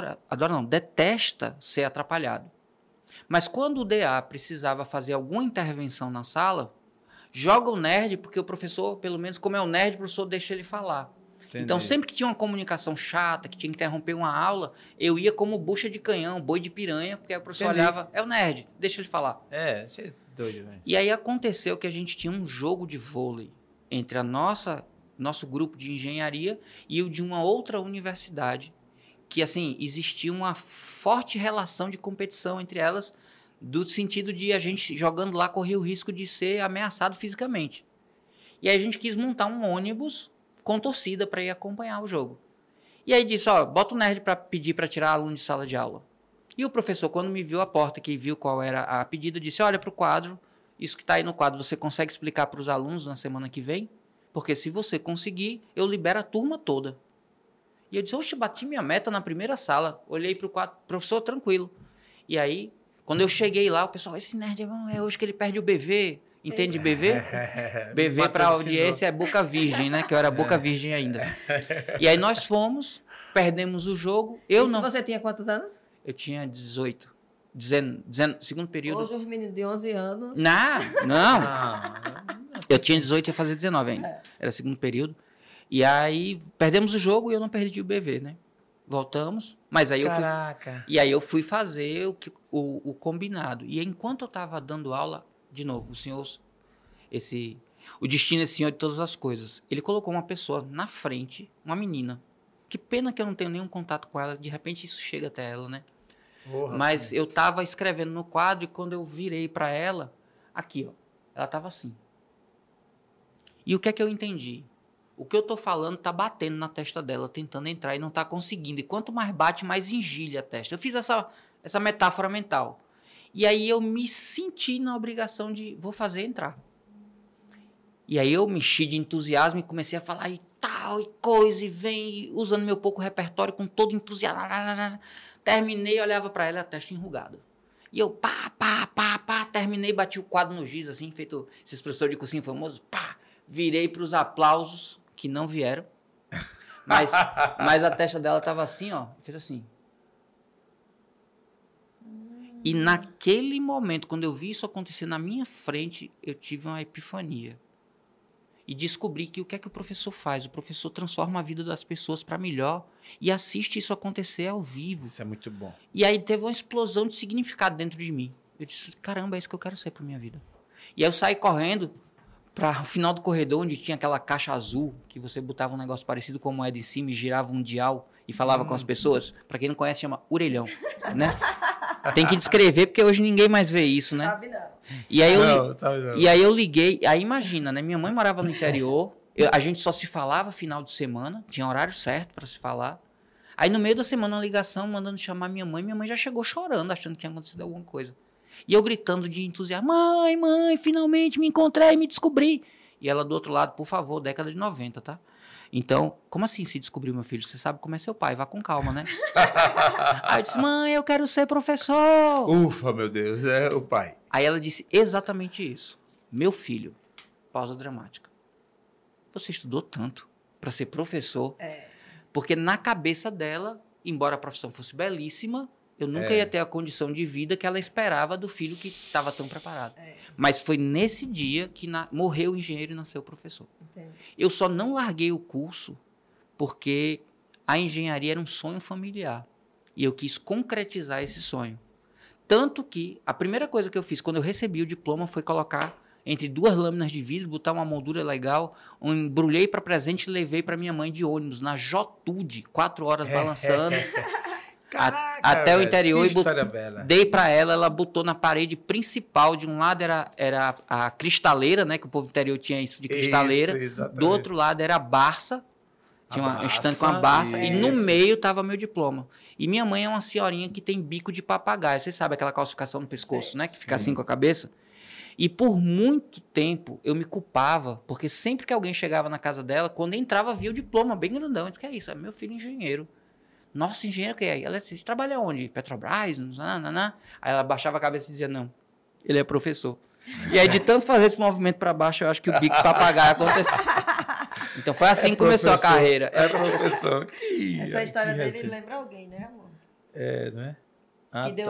detesta ser atrapalhado. Mas quando o DA precisava fazer alguma intervenção na sala, joga o nerd, porque o professor, pelo menos como é o nerd, o professor deixa ele falar. Entendi. Então, sempre que tinha uma comunicação chata, que tinha que interromper uma aula, eu ia como bucha de canhão, boi de piranha, porque aí o professor olhava, é o nerd, deixa ele falar. Doido, velho. E aí aconteceu que a gente tinha um jogo de vôlei entre nosso grupo de engenharia e o de uma outra universidade, que, assim, existia uma forte relação de competição entre elas, do sentido de a gente jogando lá corria o risco de ser ameaçado fisicamente. E aí a gente quis montar um ônibus com torcida para ir acompanhar o jogo. E aí disse, bota o nerd para pedir para tirar aluno de sala de aula. E o professor, quando me viu à porta, que viu qual era a pedida, disse, olha para o quadro, isso que está aí no quadro, você consegue explicar para os alunos na semana que vem? Porque se você conseguir, eu libero a turma toda. E eu disse, oxe, bati minha meta na primeira sala. Olhei para o quadro, professor, tranquilo. E aí, quando eu cheguei lá, o pessoal, esse nerd é hoje que ele perde o BV. Entende BV? BV para audiência é boca virgem, né? Que eu era boca virgem ainda. E aí nós fomos, perdemos o jogo. Você tinha quantos anos? Eu tinha 18. Segundo período. Hoje os meninos de 11 anos. Não. Eu tinha 18 e ia fazer 19 ainda. Era segundo período. E aí perdemos o jogo e eu não perdi o BV, né? Voltamos, mas aí eu fui fazer o combinado. E enquanto eu estava dando aula, de novo, o destino é senhor de todas as coisas. Ele colocou uma pessoa na frente, uma menina. Que pena que eu não tenho nenhum contato com ela. De repente isso chega até ela, né? Mas eu estava escrevendo no quadro e quando eu virei para ela, aqui, ela estava assim. E o que é que eu entendi? O que eu estou falando está batendo na testa dela, tentando entrar e não está conseguindo. E quanto mais bate, mais engilha a testa. Eu fiz essa metáfora mental. E aí eu me senti na obrigação de, vou fazer entrar. E aí eu me enchi de entusiasmo e comecei a falar e tal, e coisa, e vem, e usando meu pouco repertório com todo entusiasmo. Terminei, olhava para ela, a testa enrugada. E eu, terminei, bati o quadro no giz, assim, feito esses professores de cursinho famosos, virei para os aplausos, que não vieram. Mas a testa dela tava assim, ó, fez assim. E naquele momento, quando eu vi isso acontecer na minha frente, eu tive uma epifania. E descobri que o que é que o professor faz? O professor transforma a vida das pessoas para melhor e assiste isso acontecer ao vivo. Isso é muito bom. E aí teve uma explosão de significado dentro de mim. Eu disse, caramba, é isso que eu quero ser para minha vida. E aí eu saí correndo para o final do corredor, onde tinha aquela caixa azul, que você botava um negócio parecido com a moeda em cima e girava um dial e falava com as pessoas. Para quem não conhece, chama orelhão, né? Tem que descrever, porque hoje ninguém mais vê isso, né? Sabe não. E aí Não. E aí eu liguei, aí imagina, né? Minha mãe morava no interior, a gente só se falava final de semana, tinha horário certo para se falar. Aí no meio da semana uma ligação mandando chamar minha mãe já chegou chorando, achando que tinha acontecido alguma coisa. E eu gritando de entusiasmo, mãe, finalmente me encontrei, me descobri. E ela do outro lado, por favor, década de 90, tá? Então, como assim se descobriu, meu filho? Você sabe como é seu pai, vá com calma, né? Aí eu disse, mãe, eu quero ser professor. Ufa, meu Deus, é o pai. Aí ela disse exatamente isso. Meu filho, pausa dramática. Você estudou tanto para ser professor? Porque na cabeça dela, embora a profissão fosse belíssima, eu nunca ia ter a condição de vida que ela esperava do filho que estava tão preparado. Mas foi nesse dia que morreu o engenheiro e nasceu o professor. Entendi. Eu só não larguei o curso porque a engenharia era um sonho familiar. E eu quis concretizar esse sonho. Tanto que a primeira coisa que eu fiz quando eu recebi o diploma foi colocar entre duas lâminas de vidro, botar uma moldura legal, embrulhei para presente e levei para minha mãe de ônibus, na Jotude, 4 horas balançando. Caraca, até o velho, interior e dei para ela botou na parede principal, de um lado era a cristaleira, né, que o povo do interior tinha isso de cristaleira, do outro lado era a Barça, tinha um estande com a Barça, e no meio tava meu diploma. E minha mãe é uma senhorinha que tem bico de papagaio, vocês sabem aquela calcificação no pescoço, né, que fica assim com a cabeça? E por muito tempo eu me culpava, porque sempre que alguém chegava na casa dela, quando entrava via o diploma bem grandão, eu disse, que é isso? É meu filho engenheiro. Nossa, engenheiro o que é? Ela disse, trabalha onde? Petrobras? Aí ela baixava a cabeça e dizia, não, ele é professor. E aí, de tanto fazer esse movimento para baixo, eu acho que o bico papagaio aconteceu. Então, foi assim que começou a carreira. É professor. Essa história dele lembra alguém, né, amor? Não é? Que deu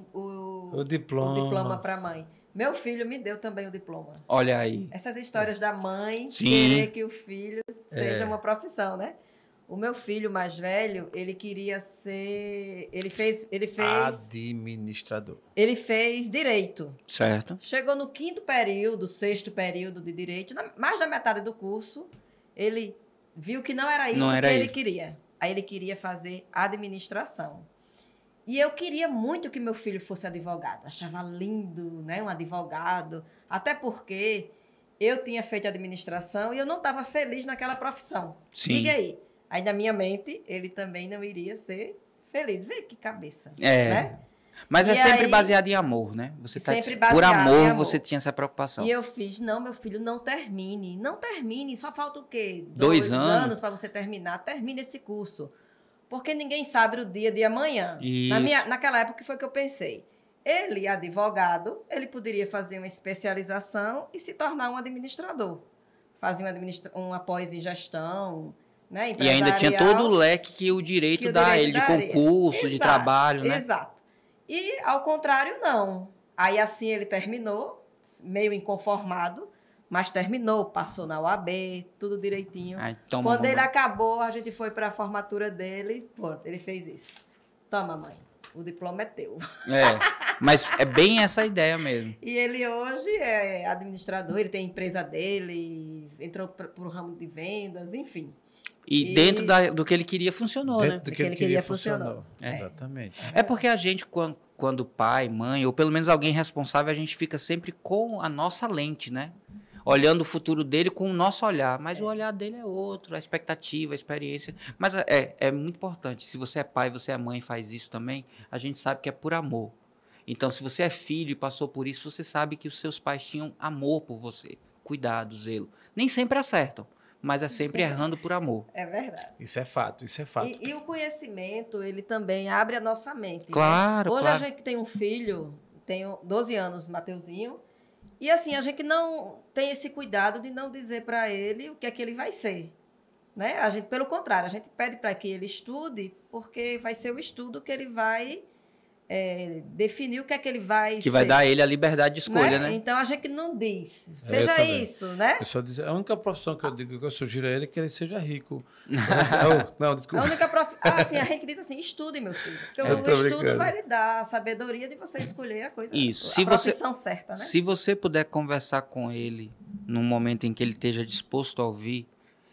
o diploma para a mãe. Meu filho me deu também o diploma. Olha aí. Essas histórias da mãe Sim. querer que o filho seja uma profissão, né? O meu filho mais velho, ele queria ser... Ele fez administrador. Ele fez direito. Certo. Chegou no 5º período, 6º período de direito, mais da metade do curso, ele viu que não era isso que ele queria. Aí ele queria fazer administração. E eu queria muito que meu filho fosse advogado. Achava lindo, né? Um advogado. Até porque eu tinha feito administração e eu não estava feliz naquela profissão. Sim. Diga aí. Aí, na minha mente, ele também não iria ser feliz. Vê que cabeça. É. Né? Mas é E sempre aí, baseado em amor, né? Você tá sempre baseado por em amor, amor, você tinha essa preocupação. E eu fiz, não, meu filho, não termine. Não termine. Só falta o quê? 2 anos para você terminar. Termine esse curso. Porque ninguém sabe o dia de amanhã. Isso. Naquela época foi que eu pensei. Ele, advogado, ele poderia fazer uma especialização e se tornar um administrador. Fazer uma pós em gestão, né, e ainda tinha todo o leque que o direito dá a ele, de concurso, de trabalho, né? Exato. E, ao contrário, não. Aí, assim, ele terminou, meio inconformado, mas terminou, passou na UAB, tudo direitinho. Toma, Quando mamãe. ele acabou, a gente foi para a formatura dele, pronto, ele fez isso. Toma, mãe, o diploma é teu. Mas é bem essa ideia mesmo. E ele hoje é administrador, ele tem a empresa dele, entrou para o ramo de vendas, enfim. E dentro do que ele queria, funcionou, dentro né? do que ele queria, funcionou. Exatamente. É porque a gente, quando pai, mãe, ou pelo menos alguém responsável, a gente fica sempre com a nossa lente, né? Olhando o futuro dele com o nosso olhar. Mas o olhar dele é outro, a expectativa, a experiência. Mas é muito importante. Se você é pai, você é mãe e faz isso também, a gente sabe que é por amor. Então, se você é filho e passou por isso, você sabe que os seus pais tinham amor por você. cuidado, zelo. Nem sempre acertam, mas é sempre errando por amor. É verdade. Isso é fato, isso é fato. E o conhecimento, ele também abre a nossa mente. Claro, né? Hoje claro. a gente tem um filho, tenho 12 anos, Mateuzinho, e assim, a gente não tem esse cuidado de não dizer para ele o que é que ele vai ser. Né? A gente, pelo contrário, a gente pede para que ele estude, porque vai ser o estudo que ele vai definir o que é que ele vai ser. Que vai dar a ele a liberdade de escolha, né? Então a gente não diz, seja também. isso, né? Eu só dizer, a única profissão que eu digo que eu sugiro a ele é que ele seja rico. Não, desculpa. A única assim, a gente diz assim, estude, meu filho. Porque o estudo vai lhe dar a sabedoria de você escolher a coisa, Isso. a profissão certa, né? Se você puder conversar com ele num momento em que ele esteja disposto a ouvir,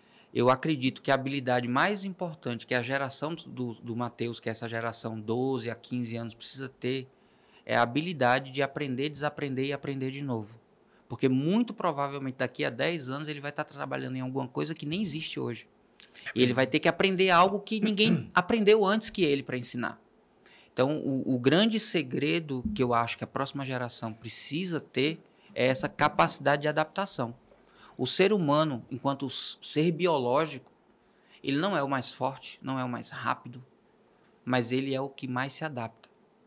eu acredito que a habilidade mais importante que a geração do Mateus, que é essa geração 12 a 15 anos, precisa ter, é a habilidade de aprender, desaprender e aprender de novo. Porque muito provavelmente daqui a 10 anos ele vai estar trabalhando em alguma coisa que nem existe hoje. E ele vai ter que aprender algo que ninguém aprendeu antes que ele para ensinar. Então, o grande segredo que eu acho que a próxima geração precisa ter é essa capacidade de adaptação. O ser humano, enquanto ser biológico, ele não é o mais forte, não é o mais rápido, mas ele é o que mais se adapta.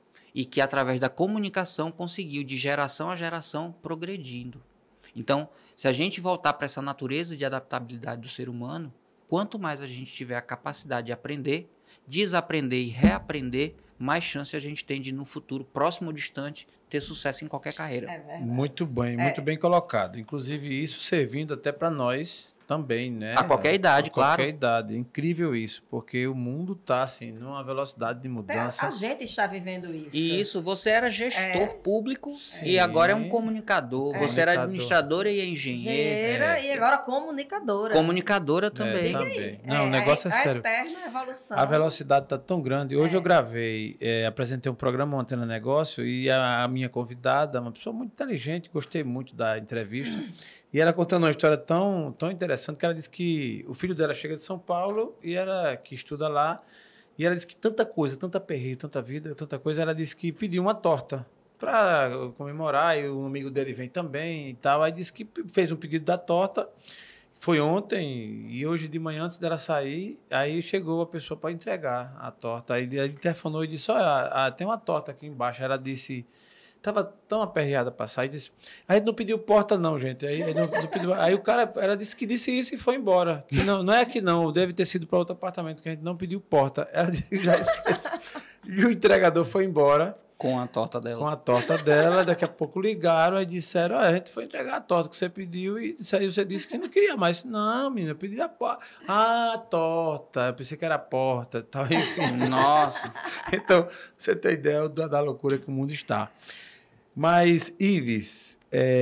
E que, através da comunicação, conseguiu, de geração a geração, progredindo. Então, se a gente voltar para essa natureza de adaptabilidade do ser humano, quanto mais a gente tiver a capacidade de aprender, desaprender e reaprender, mais chance a gente tem de, no futuro próximo ou distante, ter sucesso em qualquer carreira. Muito bem colocado. Inclusive, isso servindo até para nós também, né? A qualquer idade, claro. A qualquer idade. Incrível isso, porque o mundo está, assim, numa velocidade de mudança. A gente está vivendo isso. E isso, você era gestor público e agora é um comunicador. Você era administradora e engenheira. E agora comunicadora. Comunicadora também. Também. Não, o negócio é sério. A eterna evolução. A velocidade está tão grande. Hoje eu gravei, apresentei um programa ontem no negócio e a minha convidada, uma pessoa muito inteligente, gostei muito da entrevista. E ela contando uma história tão interessante que ela disse que o filho dela chega de São Paulo e ela que estuda lá. E ela disse que tanta coisa, tanta perreio, tanta vida, tanta coisa. Ela disse que pediu uma torta para comemorar e um amigo dele vem também e tal. Aí disse que fez um pedido da torta. Foi ontem e hoje de manhã, antes dela sair, aí chegou a pessoa para entregar a torta. Aí ele telefonou e disse, olha, tem uma torta aqui embaixo. Ela disse... Estava tão aperreada para sair, disse, a gente não pediu porta não, gente. Aí o cara, ela disse que disse isso e foi embora. Que não é aqui não, deve ter sido para outro apartamento, que a gente não pediu porta. Ela disse que já esqueceu. E o entregador foi embora. Com a torta dela. Com a torta dela, daqui a pouco ligaram e disseram, a gente foi entregar a torta que você pediu e aí você disse que não queria mais. Não, menina, eu pedi a porta. Ah, torta, eu pensei que era a porta. Tal, enfim. Nossa. Então, você tem ideia da loucura que o mundo está. Mas, Ives,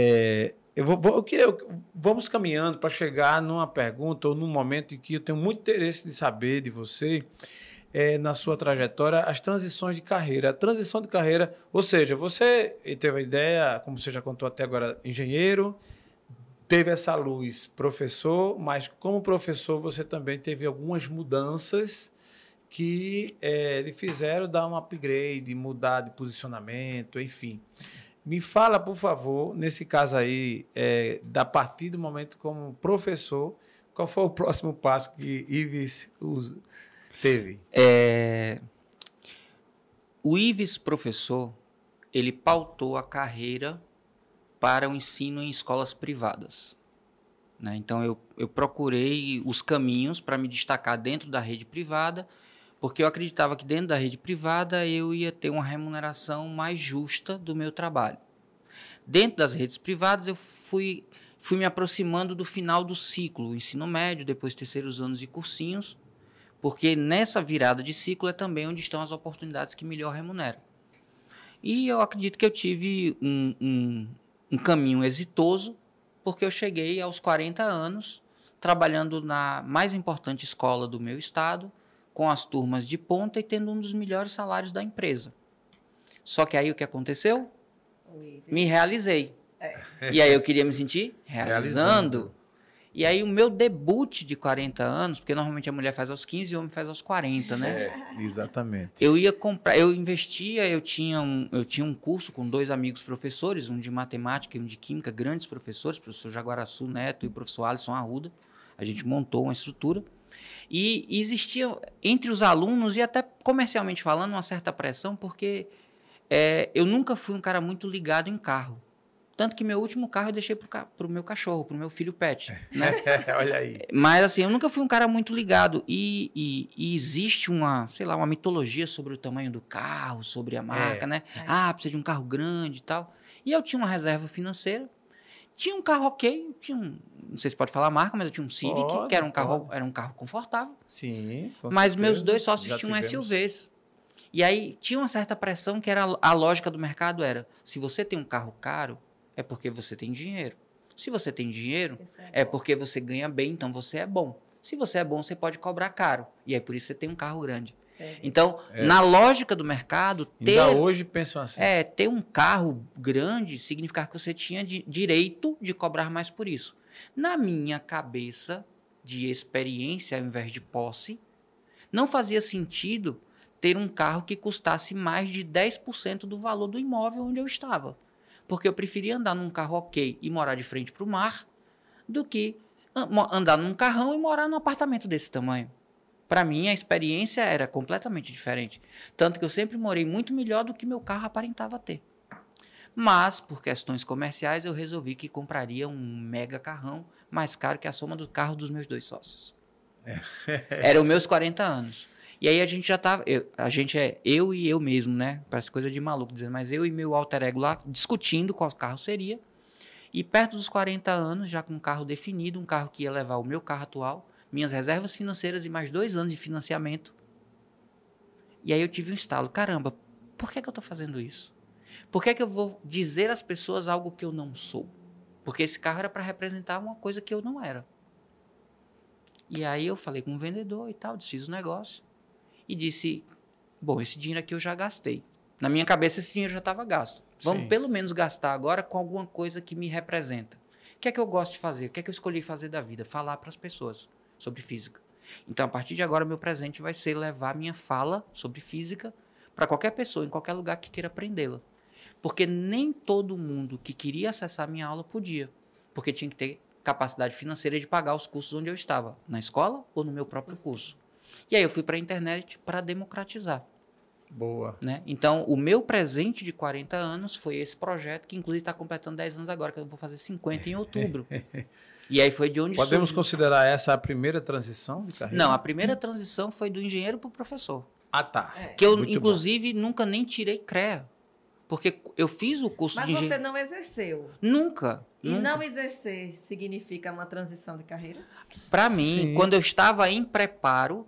vamos caminhando para chegar numa pergunta ou num momento em que eu tenho muito interesse de saber de você, na sua trajetória, as transições de carreira. A transição de carreira, ou seja, você teve a ideia, como você já contou até agora, engenheiro, teve essa luz, professor, mas como professor você também teve algumas mudanças que lhe fizeram dar um upgrade, mudar de posicionamento, enfim. Me fala, por favor, nesse caso aí, da partir do momento como professor, qual foi o próximo passo que Ives teve? O Ives professor, ele pautou a carreira para o ensino em escolas privadas. Né? Então, eu procurei os caminhos para me destacar dentro da rede privada, porque eu acreditava que dentro da rede privada eu ia ter uma remuneração mais justa do meu trabalho. Dentro das redes privadas eu fui me aproximando do final do ciclo, ensino médio, depois terceiros anos e cursinhos, porque nessa virada de ciclo é também onde estão as oportunidades que melhor remuneram. E eu acredito que eu tive um caminho exitoso, porque eu cheguei aos 40 anos trabalhando na mais importante escola do meu estado, com as turmas de ponta e tendo um dos melhores salários da empresa. Só que aí o que aconteceu? Me realizei. E aí eu queria me sentir realizando. E aí o meu debut de 40 anos, porque normalmente a mulher faz aos 15 e o homem faz aos 40, né? Exatamente. Eu ia comprar, eu investia, eu tinha um curso com 2 amigos professores, um de matemática e um de química, grandes professores, o professor Jaguaraçu Neto e o professor Alisson Arruda. A gente montou uma estrutura. E existia entre os alunos, e até comercialmente falando, uma certa pressão, porque eu nunca fui um cara muito ligado em carro. Tanto que meu último carro eu deixei pro meu cachorro, pro meu filho pet, né? Olha aí. Mas assim, eu nunca fui um cara muito ligado. E existe uma, sei lá, uma mitologia sobre o tamanho do carro, sobre a marca, né? Ah, precisa de um carro grande e tal. E eu tinha uma reserva financeira. Tinha um carro ok, não sei se pode falar a marca, mas eu tinha um Civic, que era um carro confortável. Sim, com Mas certeza. meus 2 sócios Já tinham tivemos. SUVs. E aí tinha uma certa pressão que era a lógica do mercado era, se você tem um carro caro, é porque você tem dinheiro. Se você tem dinheiro, é porque você ganha bem, então você é bom. Se você é bom, você pode cobrar caro. E aí por isso você tem um carro grande. Então, na lógica do mercado, Ainda hoje pensam assim. ter um carro grande significava que você tinha direito de cobrar mais por isso. Na minha cabeça de experiência ao invés de posse, não fazia sentido ter um carro que custasse mais de 10% do valor do imóvel onde eu estava. Porque eu preferia andar num carro ok e morar de frente para o mar do que andar num carrão e morar num apartamento desse tamanho. Para mim, a experiência era completamente diferente. Tanto que eu sempre morei muito melhor do que meu carro aparentava ter. Mas, por questões comerciais, eu resolvi que compraria um mega carrão mais caro que a soma do carro dos meus 2 sócios. Eram meus 40 anos. E aí a gente já tava... eu e eu mesmo, né? Parece coisa de maluco dizendo, mas eu e meu alter ego lá discutindo qual carro seria. E perto dos 40 anos, já com um carro definido, um carro que ia levar o meu carro atual, minhas reservas financeiras e mais 2 anos de financiamento. E aí eu tive um estalo. Caramba, por que eu estou fazendo isso? Por que eu vou dizer às pessoas algo que eu não sou? Porque esse carro era para representar uma coisa que eu não era. E aí eu falei com um vendedor e tal, desfiz o negócio. E disse, bom, esse dinheiro aqui eu já gastei. Na minha cabeça esse dinheiro já estava gasto. Vamos pelo menos gastar agora com alguma coisa que me representa. O que é que eu gosto de fazer? O que é que eu escolhi fazer da vida? Falar para as pessoas sobre física. Então, a partir de agora, meu presente vai ser levar minha fala sobre física para qualquer pessoa, em qualquer lugar que queira aprendê-la. Porque nem todo mundo que queria acessar minha aula podia. Porque tinha que ter capacidade financeira de pagar os cursos onde eu estava, na escola ou no meu próprio curso. E aí eu fui para a internet para democratizar. Boa. Né? Então, o meu presente de 40 anos foi esse projeto, que inclusive está completando 10 anos agora, que eu vou fazer 50 em outubro. E aí foi de onde Podemos surgiu. Considerar essa a primeira transição de carreira? Não, a primeira transição foi do engenheiro para o professor. Ah, tá. Que eu, Muito inclusive, nunca nem tirei CREA. Porque eu fiz o curso Mas de engenharia. você não exerceu. Nunca. E nunca. não exercer significa uma transição de carreira? Para mim, Sim. quando eu estava em preparo,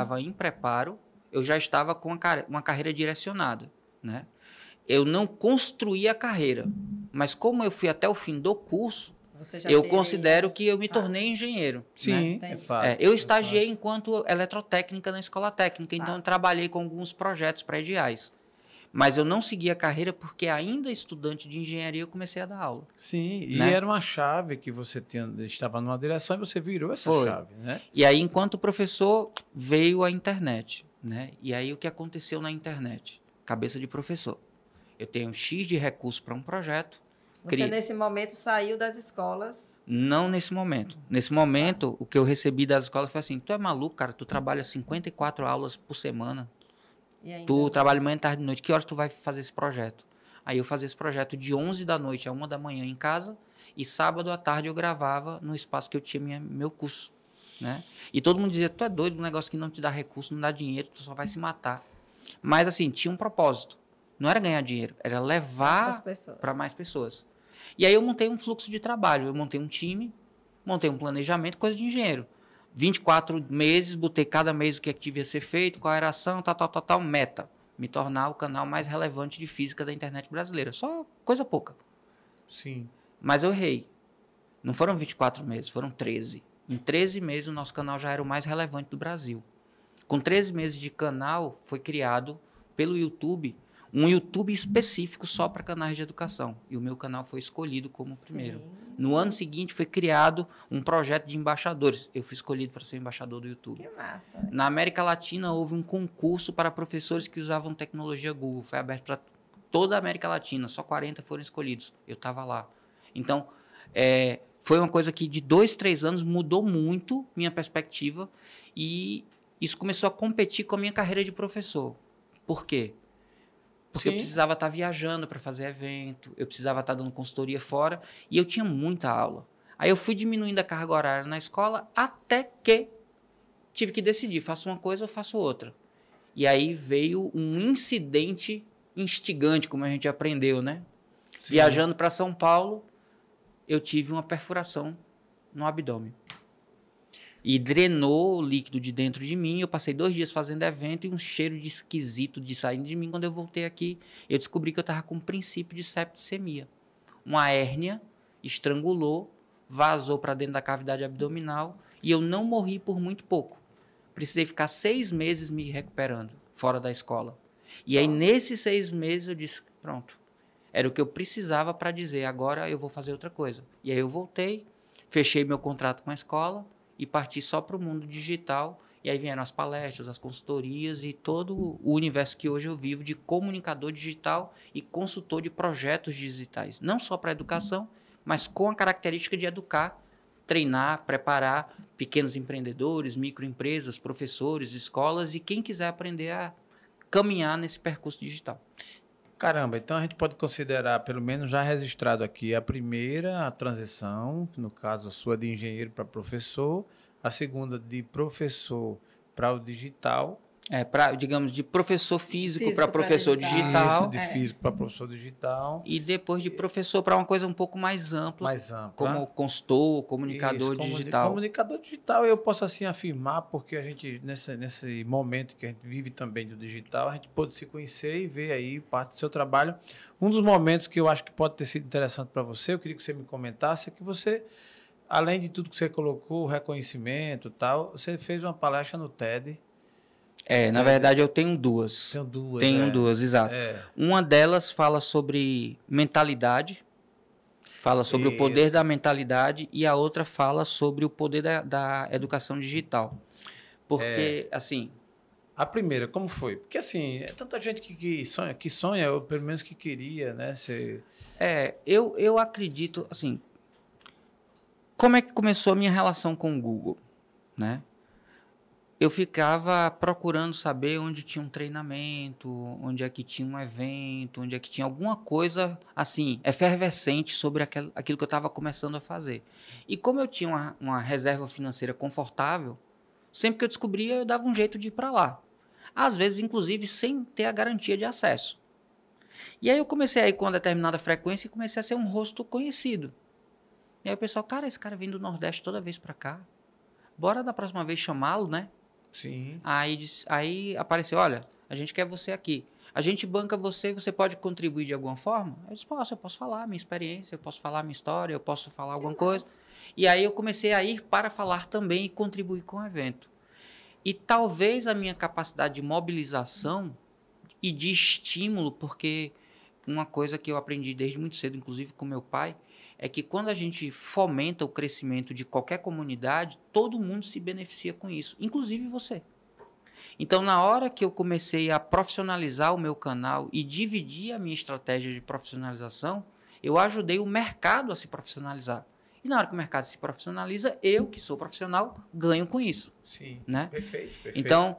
eu já estava com uma carreira direcionada, né? Eu não construí a carreira, mas como eu fui até o fim do curso, Você já eu teve- considero que eu me tornei engenheiro. Sim, Né? é fato. Eu estagiei enquanto eletrotécnica na escola técnica, então Tá. eu trabalhei com alguns projetos prediais. Mas eu não segui a carreira porque ainda estudante de engenharia eu comecei a dar aula. Sim, e Né? era uma chave que você estava numa direção e você virou essa Foi. chave, né? E aí, enquanto professor, veio a internet, né? E aí, o que aconteceu na internet? Cabeça de professor. Eu tenho X de recurso para um projeto. Você, nesse momento, saiu das escolas. Não nesse momento. Nesse momento, o que eu recebi das escolas foi assim, tu é maluco, cara? Tu trabalha 54 aulas por semana. E ainda... Tu trabalha manhã, tarde e noite. Que horas tu vai fazer esse projeto? Aí eu fazia esse projeto de 11 da noite a 1 da manhã em casa. E sábado à tarde eu gravava no espaço que eu tinha meu curso. Né? E todo mundo dizia, tu é doido, um negócio que não te dá recurso, não dá dinheiro, tu só vai se matar. Mas assim, tinha um propósito. Não era ganhar dinheiro, era levar para mais pessoas. E aí eu montei um fluxo de trabalho. Eu montei um time, montei um planejamento, coisa de engenheiro. 24 meses, botei cada mês o que devia ser feito, qual era a ação, tal, meta. Me tornar o canal mais relevante de física da internet brasileira. Só coisa pouca. Sim. Mas eu errei. Não foram 24 meses, foram 13. Em 13 meses, o nosso canal já era o mais relevante do Brasil. Com 13 meses de canal, foi criado pelo YouTube um YouTube específico só para canais de educação. E o meu canal foi escolhido como o primeiro. No ano seguinte foi criado um projeto de embaixadores. Eu fui escolhido para ser embaixador do YouTube. Que massa. Na América Latina houve um concurso para professores que usavam tecnologia Google. Foi aberto para toda a América Latina. Só 40 foram escolhidos. Eu estava lá. Então, foi uma coisa que de 2, 3 anos mudou muito minha perspectiva e isso começou a competir com a minha carreira de professor. Por quê? Porque eu precisava estar viajando para fazer evento, eu precisava estar dando consultoria fora e eu tinha muita aula. Aí eu fui diminuindo a carga horária na escola até que tive que decidir, faço uma coisa ou faço outra. E aí veio um incidente instigante, como a gente aprendeu, né? Sim. Viajando para São Paulo, eu tive uma perfuração no abdômen. E drenou o líquido de dentro de mim. Eu passei 2 dias fazendo evento e um cheiro de esquisito de saindo de mim. Quando eu voltei aqui, eu descobri que eu estava com um princípio de septicemia. Uma hérnia estrangulou, vazou para dentro da cavidade abdominal e eu não morri por muito pouco. Precisei ficar 6 meses me recuperando, fora da escola. E aí, nesses 6 meses, eu disse, pronto. Era o que eu precisava para dizer, agora eu vou fazer outra coisa. E aí eu voltei, fechei meu contrato com a escola e parti só para o mundo digital. E aí vieram as palestras, as consultorias e todo o universo que hoje eu vivo de comunicador digital e consultor de projetos digitais. Não só para educação, mas com a característica de educar, treinar, preparar pequenos empreendedores, microempresas, professores, escolas e quem quiser aprender a caminhar nesse percurso digital. Caramba, então a gente pode considerar, pelo menos já registrado aqui, a primeira, a transição, no caso a sua de engenheiro para professor, a segunda de professor para o digital. Digamos, de professor físico para professor digital. Isso, de físico para professor digital. E depois de professor para uma coisa um pouco mais ampla. Mais ampla. Como consultor, comunicador digital. Comunicador digital eu posso assim afirmar, porque a gente, nesse momento que a gente vive também do digital, a gente pode se conhecer e ver aí parte do seu trabalho. Um dos momentos que eu acho que pode ter sido interessante para você, eu queria que você me comentasse, é que você, além de tudo que você colocou, o reconhecimento e tal, você fez uma palestra no TED. Na verdade, eu tenho 2. Tenho duas, exato. Uma delas fala sobre mentalidade, fala sobre o poder da mentalidade, e a outra fala sobre o poder da educação digital. Porque, assim... A primeira, como foi? Porque, assim, é tanta gente que sonha, ou pelo menos que queria, né? Eu acredito, assim... Como é que começou a minha relação com o Google, né? Eu ficava procurando saber onde tinha um treinamento, onde é que tinha um evento, onde é que tinha alguma coisa, assim, efervescente sobre aquilo que eu estava começando a fazer. E como eu tinha uma reserva financeira confortável, sempre que eu descobria, eu dava um jeito de ir para lá. Às vezes, inclusive, sem ter a garantia de acesso. E aí eu comecei a ir com uma determinada frequência e comecei a ser um rosto conhecido. E aí o pessoal, cara, esse cara vem do Nordeste toda vez para cá. Bora da próxima vez chamá-lo, né? Sim. Aí apareceu, olha, a gente quer você aqui. A gente banca você pode contribuir de alguma forma? Eu disse, eu posso falar minha experiência, eu posso falar minha história, eu posso falar alguma coisa. E aí eu comecei a ir para falar também e contribuir com o evento. E talvez a minha capacidade de mobilização e de estímulo, porque uma coisa que eu aprendi desde muito cedo, inclusive com meu pai, é que quando a gente fomenta o crescimento de qualquer comunidade, todo mundo se beneficia com isso, inclusive você. Então, na hora que eu comecei a profissionalizar o meu canal e dividir a minha estratégia de profissionalização, eu ajudei o mercado a se profissionalizar. E na hora que o mercado se profissionaliza, eu, que sou profissional, ganho com isso. Sim, né? Perfeito. Então,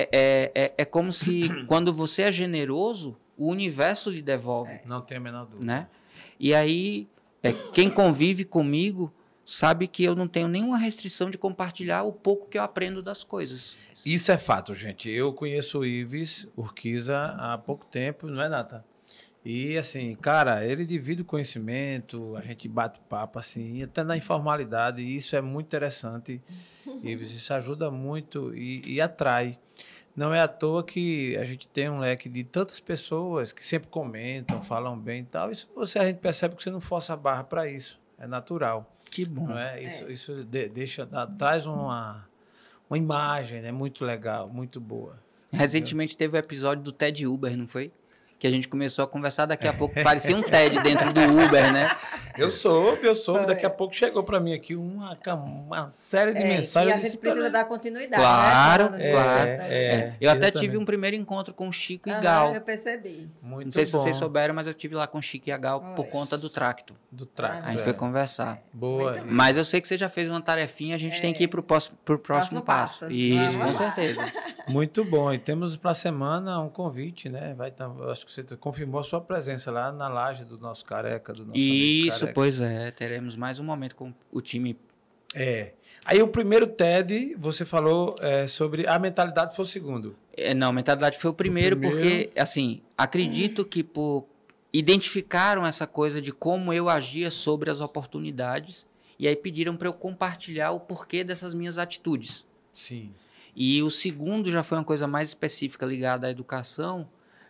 é como se, quando você é generoso, o universo lhe devolve. Não tem a menor dúvida. Né? E aí... quem convive comigo sabe que eu não tenho nenhuma restrição de compartilhar o pouco que eu aprendo das coisas. Isso é fato, gente. Eu conheço o Ives Urquiza há pouco tempo, não é, Nata? E, assim, cara, ele divide o conhecimento, a gente bate papo, assim, até na informalidade, e isso é muito interessante, Ives. Isso ajuda muito e atrai. Não é à toa que a gente tem um leque de tantas pessoas que sempre comentam, falam bem e tal. Isso a gente percebe que você não força a barra para isso. É natural. Que bom. Não é? Isso traz uma imagem, né? Muito legal, muito boa. Recentemente teve o episódio do TED Uber, não foi? que a gente começou a conversar, daqui a pouco parecia um TED dentro do Uber, né? Eu soube. Daqui a pouco chegou para mim aqui uma série de mensagens. E a gente precisa dar continuidade, claro, né? Claro. Eu até exatamente. tive um primeiro encontro com o Chico e Gal. Eu percebi. Muito Não sei se bom. vocês souberam, mas eu tive lá com o Chico e a Gal por conta do Tracto. Do Tracto. A gente foi conversar. Boa. Muito Mas eu sei que você já fez uma tarefinha, a gente tem que ir pro próximo passo. Isso, com certeza. Muito bom. E temos para a semana um convite, né? Acho que você confirmou a sua presença lá na laje do nosso Careca, do nosso Isso, Careca. pois é. Teremos mais um momento com o time. Aí o primeiro TED, você falou sobre a mentalidade foi o segundo. Não, a mentalidade foi o primeiro, porque, assim, acredito que identificaram essa coisa de como eu agia sobre as oportunidades e aí pediram para eu compartilhar o porquê dessas minhas atitudes. Sim. E o segundo já foi uma coisa mais específica ligada à educação,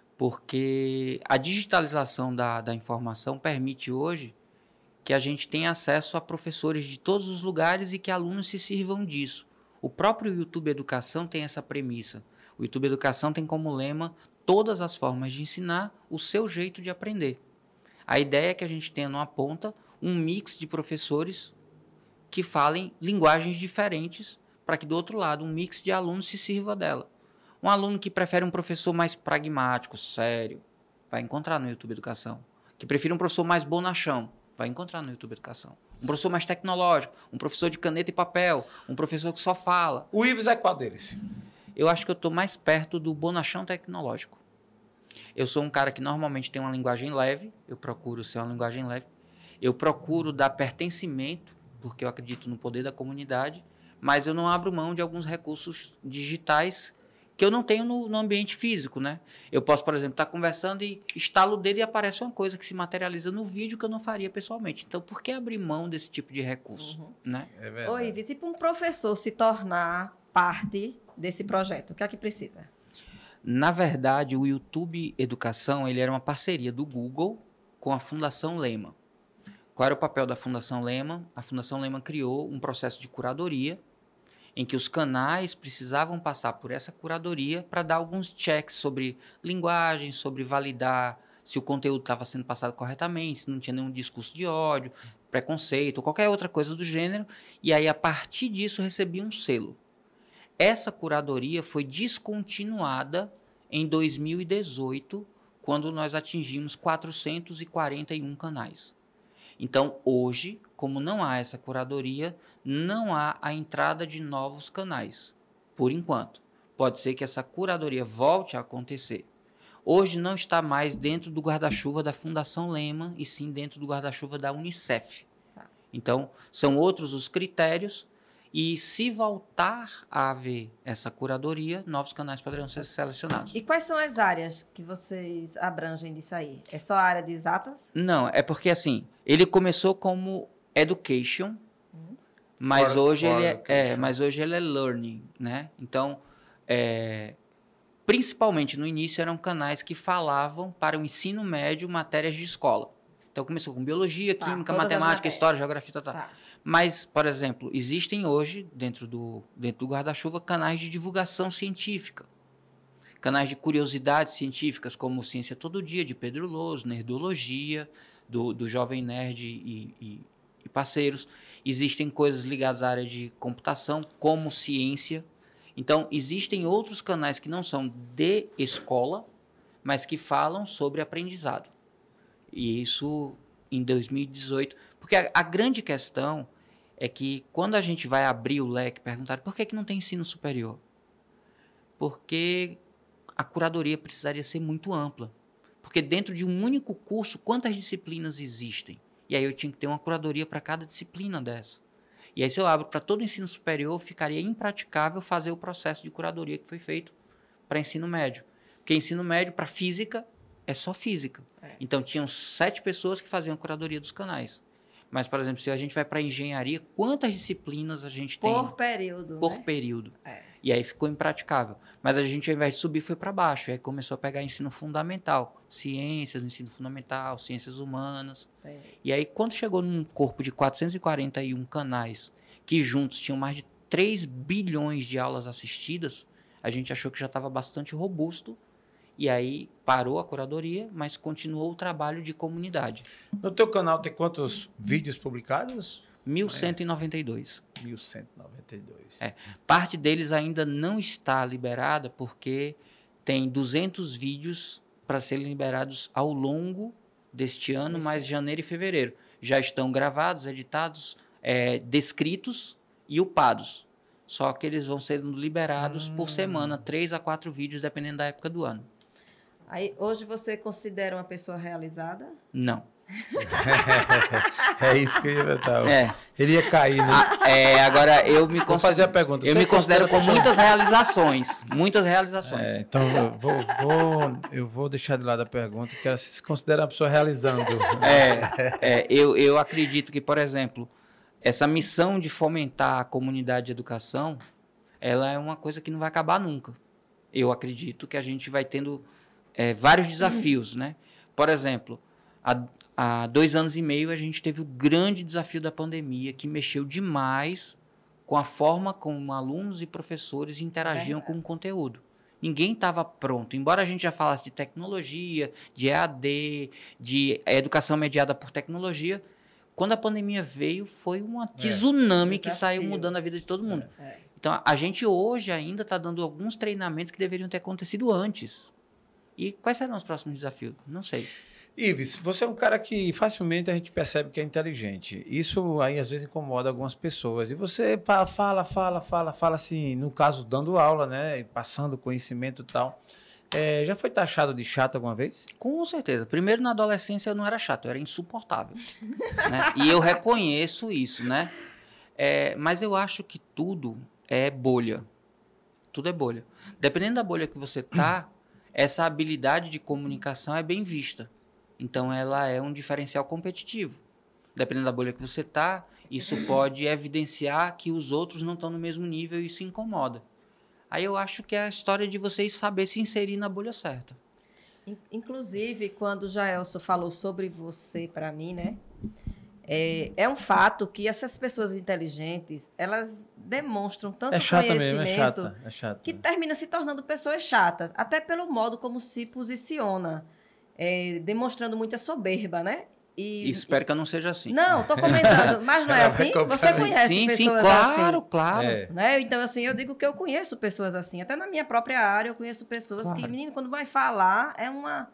porque a digitalização da informação permite hoje que a gente tenha acesso a professores de todos os lugares e que alunos se sirvam disso. O próprio YouTube Educação tem essa premissa. O YouTube Educação tem como lema todas as formas de ensinar o seu jeito de aprender. A ideia é que a gente tenha numa ponta um mix de professores que falem linguagens diferentes para que do outro lado um mix de alunos se sirva dela. Um aluno que prefere um professor mais pragmático, sério, vai encontrar no YouTube Educação. Que prefere um professor mais bonachão, vai encontrar no YouTube Educação. Um professor mais tecnológico, um professor de caneta e papel, um professor que só fala. O Ives é qual deles? Eu acho que eu estou mais perto do bonachão tecnológico. Eu sou um cara que normalmente tem uma linguagem leve, eu procuro ser uma linguagem leve, eu procuro dar pertencimento, porque eu acredito no poder da comunidade, mas eu não abro mão de alguns recursos digitais que eu não tenho no ambiente físico, né? Eu posso, por exemplo, estar conversando e estalo o dedo e aparece uma coisa que se materializa no vídeo que eu não faria pessoalmente. Então, por que abrir mão desse tipo de recurso, né? É verdade. Oi, Ives, e para um professor se tornar parte desse projeto, o que é que precisa? Na verdade, o YouTube Educação ele era uma parceria do Google com a Fundação Lehman. Qual era o papel da Fundação Lehman? A Fundação Lehman criou um processo de curadoria em que os canais precisavam passar por essa curadoria para dar alguns checks sobre linguagem, sobre validar se o conteúdo estava sendo passado corretamente, se não tinha nenhum discurso de ódio, preconceito ou qualquer outra coisa do gênero. E aí, a partir disso, recebia um selo. Essa curadoria foi descontinuada em 2018, quando nós atingimos 441 canais. Então, hoje, como não há essa curadoria, não há a entrada de novos canais, por enquanto. Pode ser que essa curadoria volte a acontecer. Hoje não está mais dentro do guarda-chuva da Fundação Lehman, e sim dentro do guarda-chuva da Unicef. Então, são outros os critérios, e se voltar a haver essa curadoria, novos canais poderão ser selecionados. E quais são as áreas que vocês abrangem disso aí? É só a área de exatas? Não, é porque assim, ele começou como education, mas hoje ele é learning, né? Então, principalmente no início eram canais que falavam para o ensino médio matérias de escola. Então começou com biologia, química, matemática, história, geografia, tal. Mas, por exemplo, existem hoje, dentro do guarda-chuva, canais de divulgação científica. Canais de curiosidades científicas, como Ciência Todo Dia, de Pedro Louso, Nerdologia, do Jovem Nerd e parceiros. Existem coisas ligadas à área de computação, como ciência. Então, existem outros canais que não são de escola, mas que falam sobre aprendizado. E isso em 2018. Porque a grande questão é que quando a gente vai abrir o leque, perguntar por que não tem ensino superior? Porque a curadoria precisaria ser muito ampla. Porque dentro de um único curso, quantas disciplinas existem? E aí eu tinha que ter uma curadoria para cada disciplina dessa. E aí se eu abro para todo o ensino superior, ficaria impraticável fazer o processo de curadoria que foi feito para ensino médio. Porque ensino médio, para física, é só física. Então, tinham 7 pessoas que faziam a curadoria dos canais. Mas, por exemplo, se a gente vai para engenharia, quantas disciplinas a gente tem? Por período. Por período. E aí ficou impraticável. Mas a gente, ao invés de subir, foi para baixo. E aí começou a pegar ensino fundamental. Ciências, ensino fundamental, ciências humanas. E aí, quando chegou num corpo de 441 canais, que juntos tinham mais de 3 bilhões de aulas assistidas, a gente achou que já estava bastante robusto. E aí parou a curadoria, mas continuou o trabalho de comunidade. No teu canal tem quantos vídeos publicados? 1192. 1192. Parte deles ainda não está liberada porque tem 200 vídeos para serem liberados ao longo deste ano, mais janeiro e fevereiro. Já estão gravados, editados, descritos e upados. Só que eles vão sendo liberados por semana, 3 a 4 vídeos, dependendo da época do ano. Aí, hoje você considera uma pessoa realizada? Não. É isso que eu ia perguntar. É. Ele ia cair, né? Agora eu me Vou fazer a pergunta. Eu Você me considero com considera muitas realizações. Muitas realizações. então eu vou deixar de lado a pergunta, que ela se considera uma pessoa realizando. Eu acredito que, por exemplo, essa missão de fomentar a comunidade de educação, ela é uma coisa que não vai acabar nunca. Eu acredito que a gente vai tendo vários desafios, né? Por exemplo, há 2 anos e meio a gente teve o grande desafio da pandemia, que mexeu demais com a forma como alunos e professores interagiam com o conteúdo. Ninguém estava pronto. Embora a gente já falasse de tecnologia, de EAD, de educação mediada por tecnologia, quando a pandemia veio, foi uma tsunami que saiu mudando a vida de todo mundo. Então, a gente hoje ainda está dando alguns treinamentos que deveriam ter acontecido antes. E quais serão os próximos desafios? Não sei. Ives, você é um cara que facilmente a gente percebe que é inteligente. Isso aí às vezes incomoda algumas pessoas. E você fala assim, no caso, dando aula, né? E passando conhecimento e tal. Já foi taxado de chato alguma vez? Com certeza. Primeiro, na adolescência eu não era chato, eu era insuportável. Né? E eu reconheço isso, né? Mas eu acho que tudo é bolha. Tudo é bolha. Dependendo da bolha que você tá, essa habilidade de comunicação é bem vista. Então, ela é um diferencial competitivo. Dependendo da bolha que você está, isso pode evidenciar que os outros não estão no mesmo nível e isso incomoda. Aí eu acho que é a história de vocês saber se inserir na bolha certa. Inclusive, quando o Jaelson falou sobre você para mim, né? É um fato que essas pessoas inteligentes, elas demonstram tanto conhecimento que termina se tornando pessoas chatas, até pelo modo como se posiciona. Demonstrando muita soberba, né? Espero que eu não seja assim. Não, estou comentando, mas não é assim? Você conhece pessoas assim? Claro. Né? Então, assim, eu digo que eu conheço pessoas assim. Até na minha própria área, eu conheço pessoas que, menino, quando vai falar, é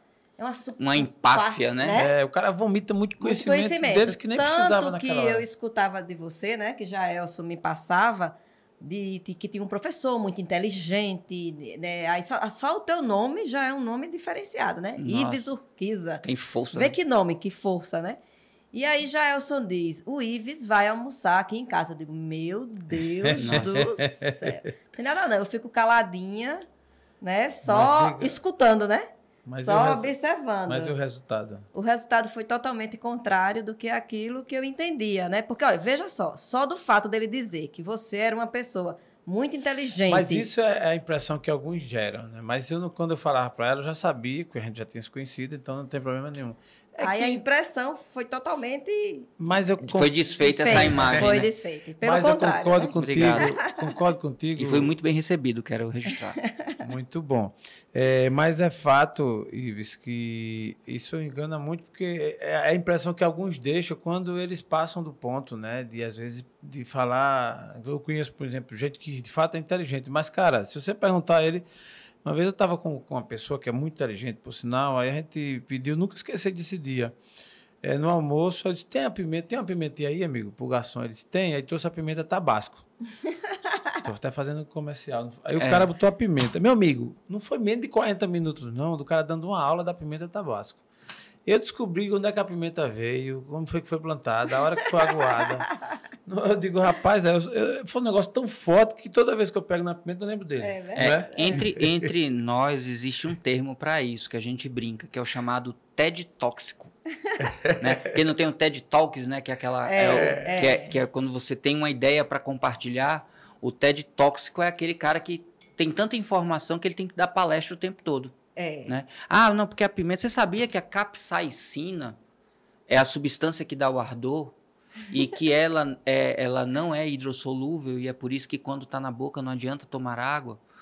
uma empáfia, né? O cara vomita muito conhecimento deles que nem precisava naquela hora. Tanto que eu escutava de você, né? Que Jaelson me passava, que tinha um professor muito inteligente, né? Aí só o teu nome já é um nome diferenciado, né? Nossa. Ives Urquiza. Tem força. Vê né? que nome, que força, né? E aí Jaelson diz, o Ives vai almoçar aqui em casa. Eu digo, meu Deus do céu. Não tem nada não, eu fico caladinha, né? Só escutando, né? Só observando. Mas e o resultado? O resultado foi totalmente contrário do que aquilo que eu entendia, né? Porque, olha, veja só do fato dele dizer que você era uma pessoa muito inteligente. Mas isso é a impressão que alguns geram, né? Mas quando eu falava para ela, eu já sabia, que a gente já tinha se conhecido, então não tem problema nenhum. Aí a impressão foi totalmente... Foi desfeita essa imagem, Foi né? desfeita. Pelo Mas contrário, eu concordo né? contigo. Concordo contigo. E foi muito bem recebido, quero registrar. Muito bom. Mas é fato, Ives, que isso engana muito, porque é a impressão que alguns deixam quando eles passam do ponto, né? De, às vezes, de falar... Eu conheço, por exemplo, gente que de fato é inteligente, mas, cara, se você perguntar a ele... Uma vez eu estava com uma pessoa que é muito inteligente, por sinal, aí a gente pediu, nunca esqueci desse dia. No almoço, eu disse, tem uma pimentinha aí, amigo, pro garçom? Ele disse, tem, aí trouxe a pimenta Tabasco. Estou até fazendo comercial. Aí o cara botou a pimenta. Meu amigo, não foi menos de 40 minutos, não, do cara dando uma aula da pimenta Tabasco. Eu descobri onde é que a pimenta veio, como foi que foi plantada, a hora que foi aguada. Eu digo, rapaz, foi um negócio tão forte que toda vez que eu pego na pimenta eu lembro dele. Entre nós existe um termo para isso, que a gente brinca, que é o chamado TED tóxico. Né? Porque não tem o TED Talks, né? Que é aquela. Que é quando você tem uma ideia para compartilhar. O TED tóxico é aquele cara que tem tanta informação que ele tem que dar palestra o tempo todo. Né? Não, porque a pimenta... Você sabia que a capsaicina é a substância que dá o ardor e que ela não é hidrossolúvel e é por isso que quando está na boca não adianta tomar água?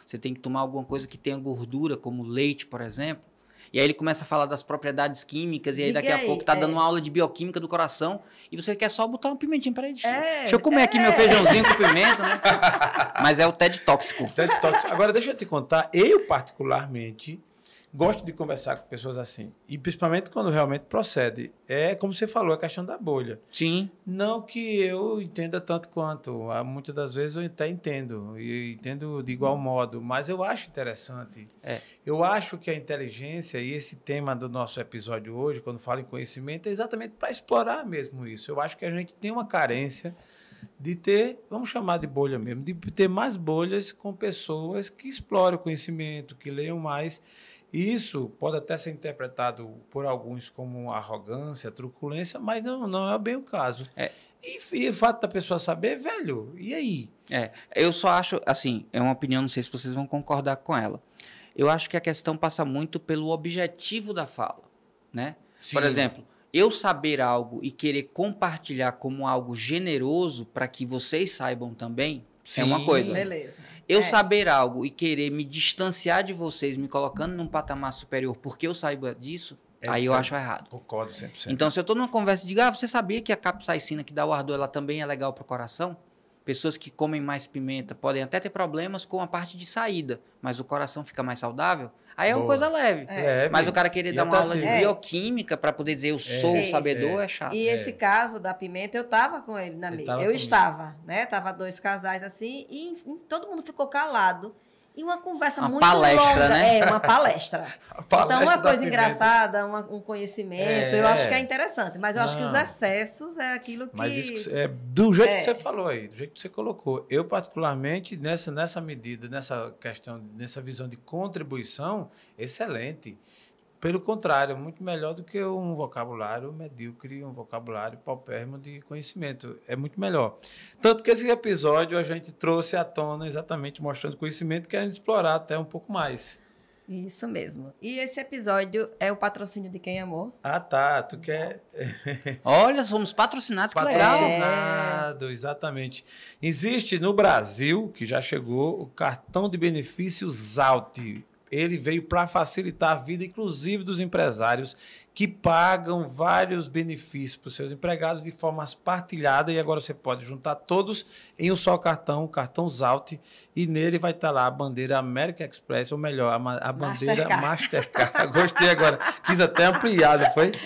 você tem que tomar alguma coisa que tenha gordura, como leite, por exemplo. E aí ele começa a falar das propriedades químicas, e aí daqui a pouco tá dando uma aula de bioquímica do coração, e você quer só botar uma pimentinha para ele. Deixa eu comer aqui meu feijãozinho com pimenta, né? Mas é o TED tóxico. TED tóxico. Agora, deixa eu te contar, eu particularmente gosto de conversar com pessoas assim. E principalmente quando realmente procede. É como você falou, a questão da bolha. Sim. Não que eu entenda tanto quanto. Muitas das vezes eu até entendo. E entendo de igual modo. Mas eu acho interessante. Eu acho que a inteligência e esse tema do nosso episódio hoje, quando fala em conhecimento, é exatamente para explorar mesmo isso. Eu acho que a gente tem uma carência de ter, vamos chamar de bolha mesmo, de ter mais bolhas com pessoas que exploram o conhecimento, que leiam mais. Isso pode até ser interpretado por alguns como arrogância, truculência, mas não é bem o caso. E o fato da pessoa saber, velho, e aí? Eu só acho, assim, é uma opinião, não sei se vocês vão concordar com ela. Eu acho que a questão passa muito pelo objetivo da fala, né? Sim. Por exemplo, eu saber algo e querer compartilhar como algo generoso para que vocês saibam também, sim, é uma coisa. Beleza. Eu saber algo e querer me distanciar de vocês, me colocando num patamar superior porque eu saiba disso, aí eu acho errado. Concordo 100%. Então, se eu estou numa conversa e digo, você sabia que a capsaicina que dá o ardor, ela também é legal para o coração? Pessoas que comem mais pimenta podem até ter problemas com a parte de saída, mas o coração fica mais saudável. Aí é uma coisa leve. Mas o cara querer dar uma aula de bioquímica para poder dizer eu sou o sabedor é chato. E esse caso da pimenta, eu estava com ele na mesa. Eu estava, né? Tava 2 casais assim e todo mundo ficou calado. E uma conversa muito longa. Né? Uma palestra. Então, uma coisa engraçada, um conhecimento, eu acho que é interessante. Mas eu acho que os excessos é aquilo que... Mas isso do jeito que você falou aí, do jeito que você colocou. Eu, particularmente, nessa medida, nessa questão, nessa visão de contribuição, excelente. Pelo contrário, muito melhor do que um vocabulário medíocre, um vocabulário paupérrimo de conhecimento. É muito melhor. Tanto que esse episódio a gente trouxe à tona exatamente mostrando conhecimento, querendo explorar até um pouco mais. Isso mesmo. E esse episódio é o patrocínio de quem, amor? Tá. Tu quer... Olha, somos patrocinados, que legal. Patrocinado, exatamente. Existe no Brasil, que já chegou, o cartão de benefícios Alt. Ele veio para facilitar a vida, inclusive, dos empresários que pagam vários benefícios para os seus empregados de forma partilhada, e agora você pode juntar todos em um só cartão, o cartão Zalt, e nele vai estar lá a bandeira American Express, ou melhor, a bandeira Mastercard. Gostei agora, quis até ampliar, não foi?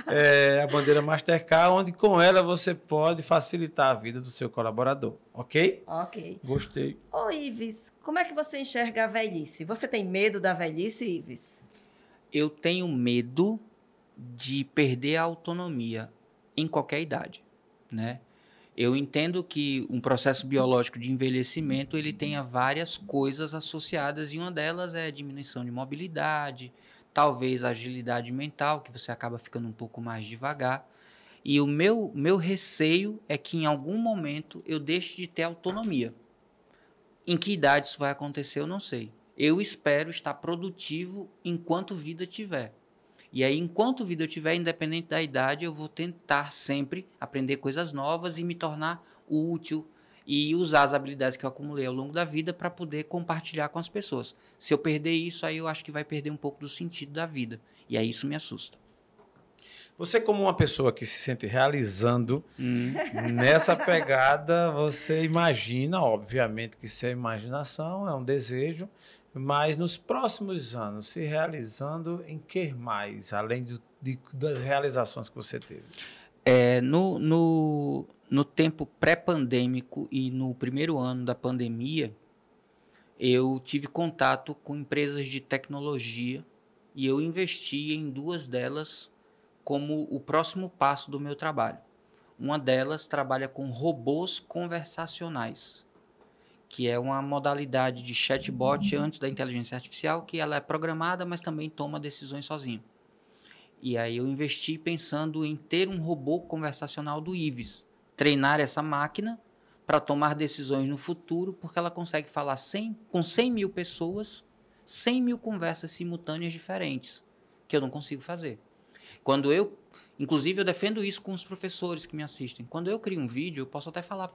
A bandeira Mastercard, onde com ela você pode facilitar a vida do seu colaborador, ok? Ok. Gostei. Ô, Ives, como é que você enxerga a velhice? Você tem medo da velhice, Ives? Eu tenho medo de perder a autonomia em qualquer idade, né? Eu entendo que um processo biológico de envelhecimento ele tenha várias coisas associadas, e uma delas é a diminuição de mobilidade, talvez a agilidade mental, que você acaba ficando um pouco mais devagar. E o meu receio é que em algum momento eu deixe de ter autonomia. Em que idade isso vai acontecer, eu não sei. Eu espero estar produtivo enquanto vida tiver. E aí, enquanto vida eu tiver, independente da idade, eu vou tentar sempre aprender coisas novas e me tornar útil e usar as habilidades que eu acumulei ao longo da vida para poder compartilhar com as pessoas. Se eu perder isso, aí eu acho que vai perder um pouco do sentido da vida. E aí isso me assusta. Você, como uma pessoa que se sente realizando nessa pegada, você imagina, obviamente que isso é imaginação, é um desejo, mas nos próximos anos, se realizando em que mais, além das realizações que você teve? No tempo pré-pandêmico e no primeiro ano da pandemia, eu tive contato com empresas de tecnologia e eu investi em 2 delas como o próximo passo do meu trabalho. Uma delas trabalha com robôs conversacionais, que é uma modalidade de chatbot antes da inteligência artificial, que ela é programada, mas também toma decisões sozinho. E aí eu investi pensando em ter um robô conversacional do Ives, treinar essa máquina para tomar decisões no futuro, porque ela consegue falar com 100 mil pessoas, 100 mil conversas simultâneas diferentes, que eu não consigo fazer. Inclusive eu defendo isso com os professores que me assistem. Quando eu crio um vídeo, eu posso até falar para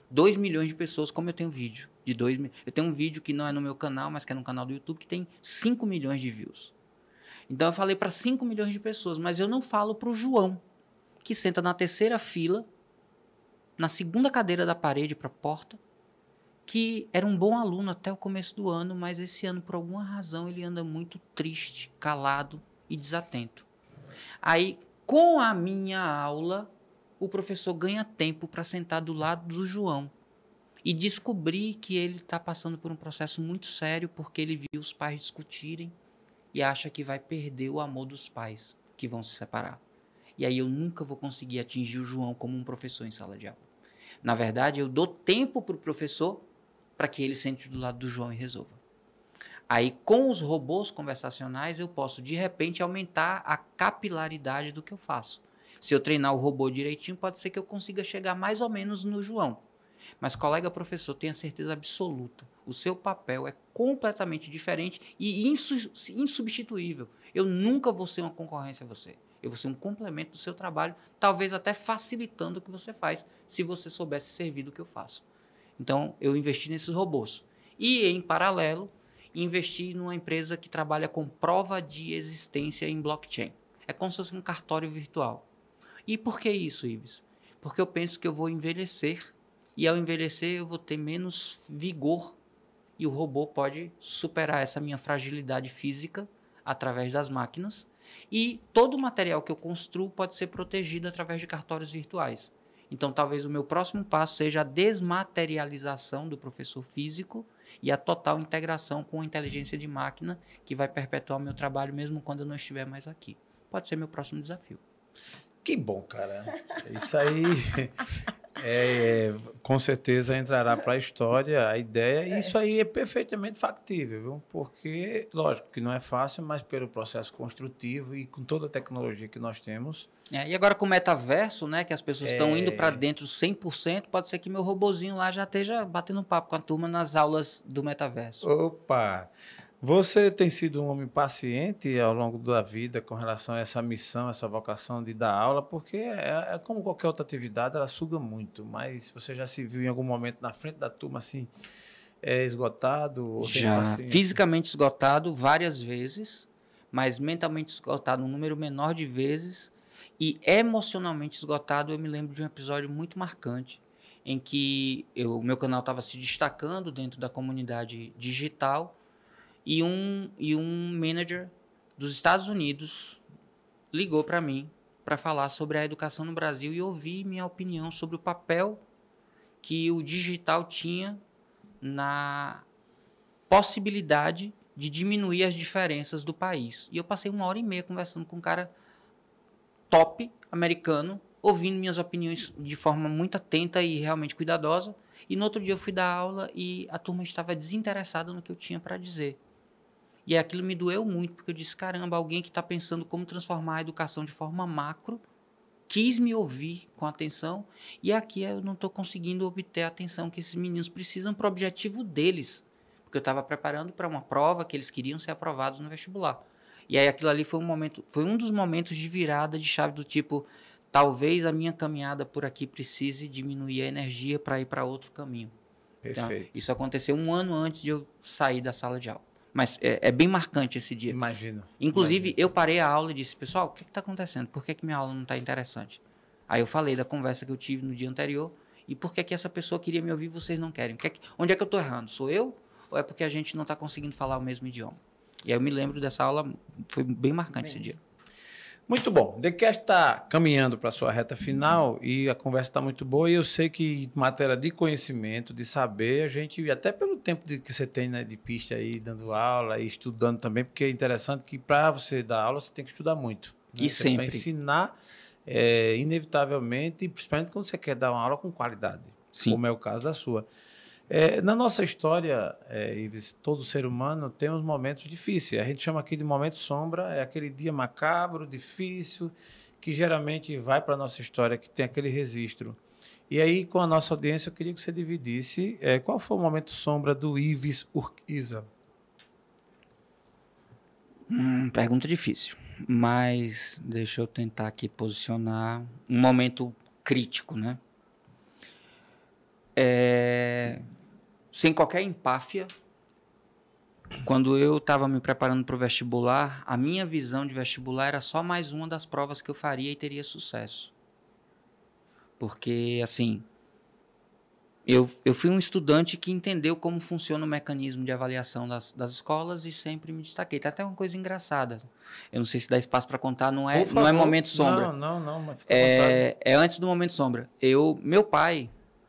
2 milhões de pessoas, como eu tenho vídeo de 2 milhões. Eu tenho um vídeo que não é no meu canal, mas que é no canal do YouTube, que tem 5 milhões de views. Então eu falei para 5 milhões de pessoas, mas eu não falo para o João, que senta na terceira fila, na segunda cadeira da parede para a porta, que era um bom aluno até o começo do ano, mas esse ano, por alguma razão, ele anda muito triste, calado e desatento. Aí, com a minha aula, o professor ganha tempo para sentar do lado do João e descobrir que ele está passando por um processo muito sério porque ele viu os pais discutirem e acha que vai perder o amor dos pais que vão se separar. E aí eu nunca vou conseguir atingir o João como um professor em sala de aula. Na verdade, eu dou tempo para o professor para que ele sente do lado do João e resolva. Aí, com os robôs conversacionais, eu posso, de repente, aumentar a capilaridade do que eu faço. Se eu treinar o robô direitinho, pode ser que eu consiga chegar mais ou menos no João. Mas, colega professor, tenha certeza absoluta, o seu papel é completamente diferente e insubstituível. Eu nunca vou ser uma concorrência a você. Eu vou ser um complemento do seu trabalho, talvez até facilitando o que você faz, se você soubesse servir do que eu faço. Então, eu investi nesses robôs. E, em paralelo, investi numa empresa que trabalha com prova de existência em blockchain. É como se fosse um cartório virtual. E por que isso, Ives? Porque eu penso que eu vou envelhecer e, ao envelhecer, eu vou ter menos vigor e o robô pode superar essa minha fragilidade física através das máquinas e todo o material que eu construo pode ser protegido através de cartórios virtuais. Então, talvez o meu próximo passo seja a desmaterialização do professor físico e a total integração com a inteligência de máquina que vai perpetuar o meu trabalho mesmo quando eu não estiver mais aqui. Pode ser meu próximo desafio. Que bom, cara. Isso aí com certeza entrará para a história a ideia. E isso aí é perfeitamente factível, viu? Porque, lógico que não é fácil, mas pelo processo construtivo e com toda a tecnologia que nós temos. E agora com o metaverso, né, que as pessoas estão indo para dentro 100%, pode ser que meu robozinho lá já esteja batendo papo com a turma nas aulas do metaverso. Opa! Você tem sido um homem paciente ao longo da vida com relação a essa missão, essa vocação de dar aula, porque é como qualquer outra atividade, ela suga muito, mas você já se viu em algum momento na frente da turma assim, esgotado? Ou Já, sem fisicamente esgotado várias vezes, mas mentalmente esgotado um número menor de vezes e emocionalmente esgotado. Eu me lembro de um episódio muito marcante em que o meu canal estava se destacando dentro da comunidade digital e um manager dos Estados Unidos ligou para mim para falar sobre a educação no Brasil e ouvir minha opinião sobre o papel que o digital tinha na possibilidade de diminuir as diferenças do país. E eu passei 1h30 conversando com um cara top, americano, ouvindo minhas opiniões de forma muito atenta e realmente cuidadosa. E no outro dia eu fui dar aula e a turma estava desinteressada no que eu tinha para dizer. E aquilo me doeu muito, porque eu disse, caramba, alguém que está pensando como transformar a educação de forma macro, quis me ouvir com atenção, e aqui eu não estou conseguindo obter a atenção que esses meninos precisam para o objetivo deles. Porque eu estava preparando para uma prova que eles queriam ser aprovados no vestibular. E aí aquilo ali foi um dos momentos de virada de chave do tipo, talvez a minha caminhada por aqui precise diminuir a energia para ir para outro caminho. Perfeito. Então, isso aconteceu 1 ano antes de eu sair da sala de aula. Mas é bem marcante esse dia. Imagino. Inclusive, eu parei a aula e disse, pessoal, o que está acontecendo? Por que minha aula não está interessante? Aí eu falei da conversa que eu tive no dia anterior e por que essa pessoa queria me ouvir e vocês não querem. Onde é que eu estou errando? Sou eu ou é porque a gente não está conseguindo falar o mesmo idioma? E aí eu me lembro dessa aula, foi bem marcante esse dia. Muito bom. O TheCast está caminhando para a sua reta final e a conversa está muito boa. E eu sei que em matéria de conhecimento, de saber, a gente, até pelo tempo que você tem, né, de pista aí, dando aula e estudando também, porque é interessante que para você dar aula, você tem que estudar muito. Né? E sempre. Para ensinar, inevitavelmente, principalmente quando você quer dar uma aula com qualidade, Sim. como é o caso da sua. Na nossa história, Ives, todo ser humano tem uns momentos difíceis. A gente chama aqui de momento sombra, é aquele dia macabro, difícil, que geralmente vai para a nossa história, que tem aquele registro. E aí, com a nossa audiência, eu queria que você dividisse qual foi o momento sombra do Ives Urquiza. Pergunta difícil, mas deixa eu tentar aqui posicionar um momento crítico, né? sem qualquer empáfia, quando eu estava me preparando para o vestibular, a minha visão de vestibular era só mais uma das provas que eu faria e teria sucesso. Porque, assim, eu fui um estudante que entendeu como funciona o mecanismo de avaliação das escolas e sempre me destaquei. Tem até uma coisa engraçada. Eu não sei se dá espaço para contar, não é momento sombra. Não, mas fica à vontade. É antes do momento sombra. Meu pai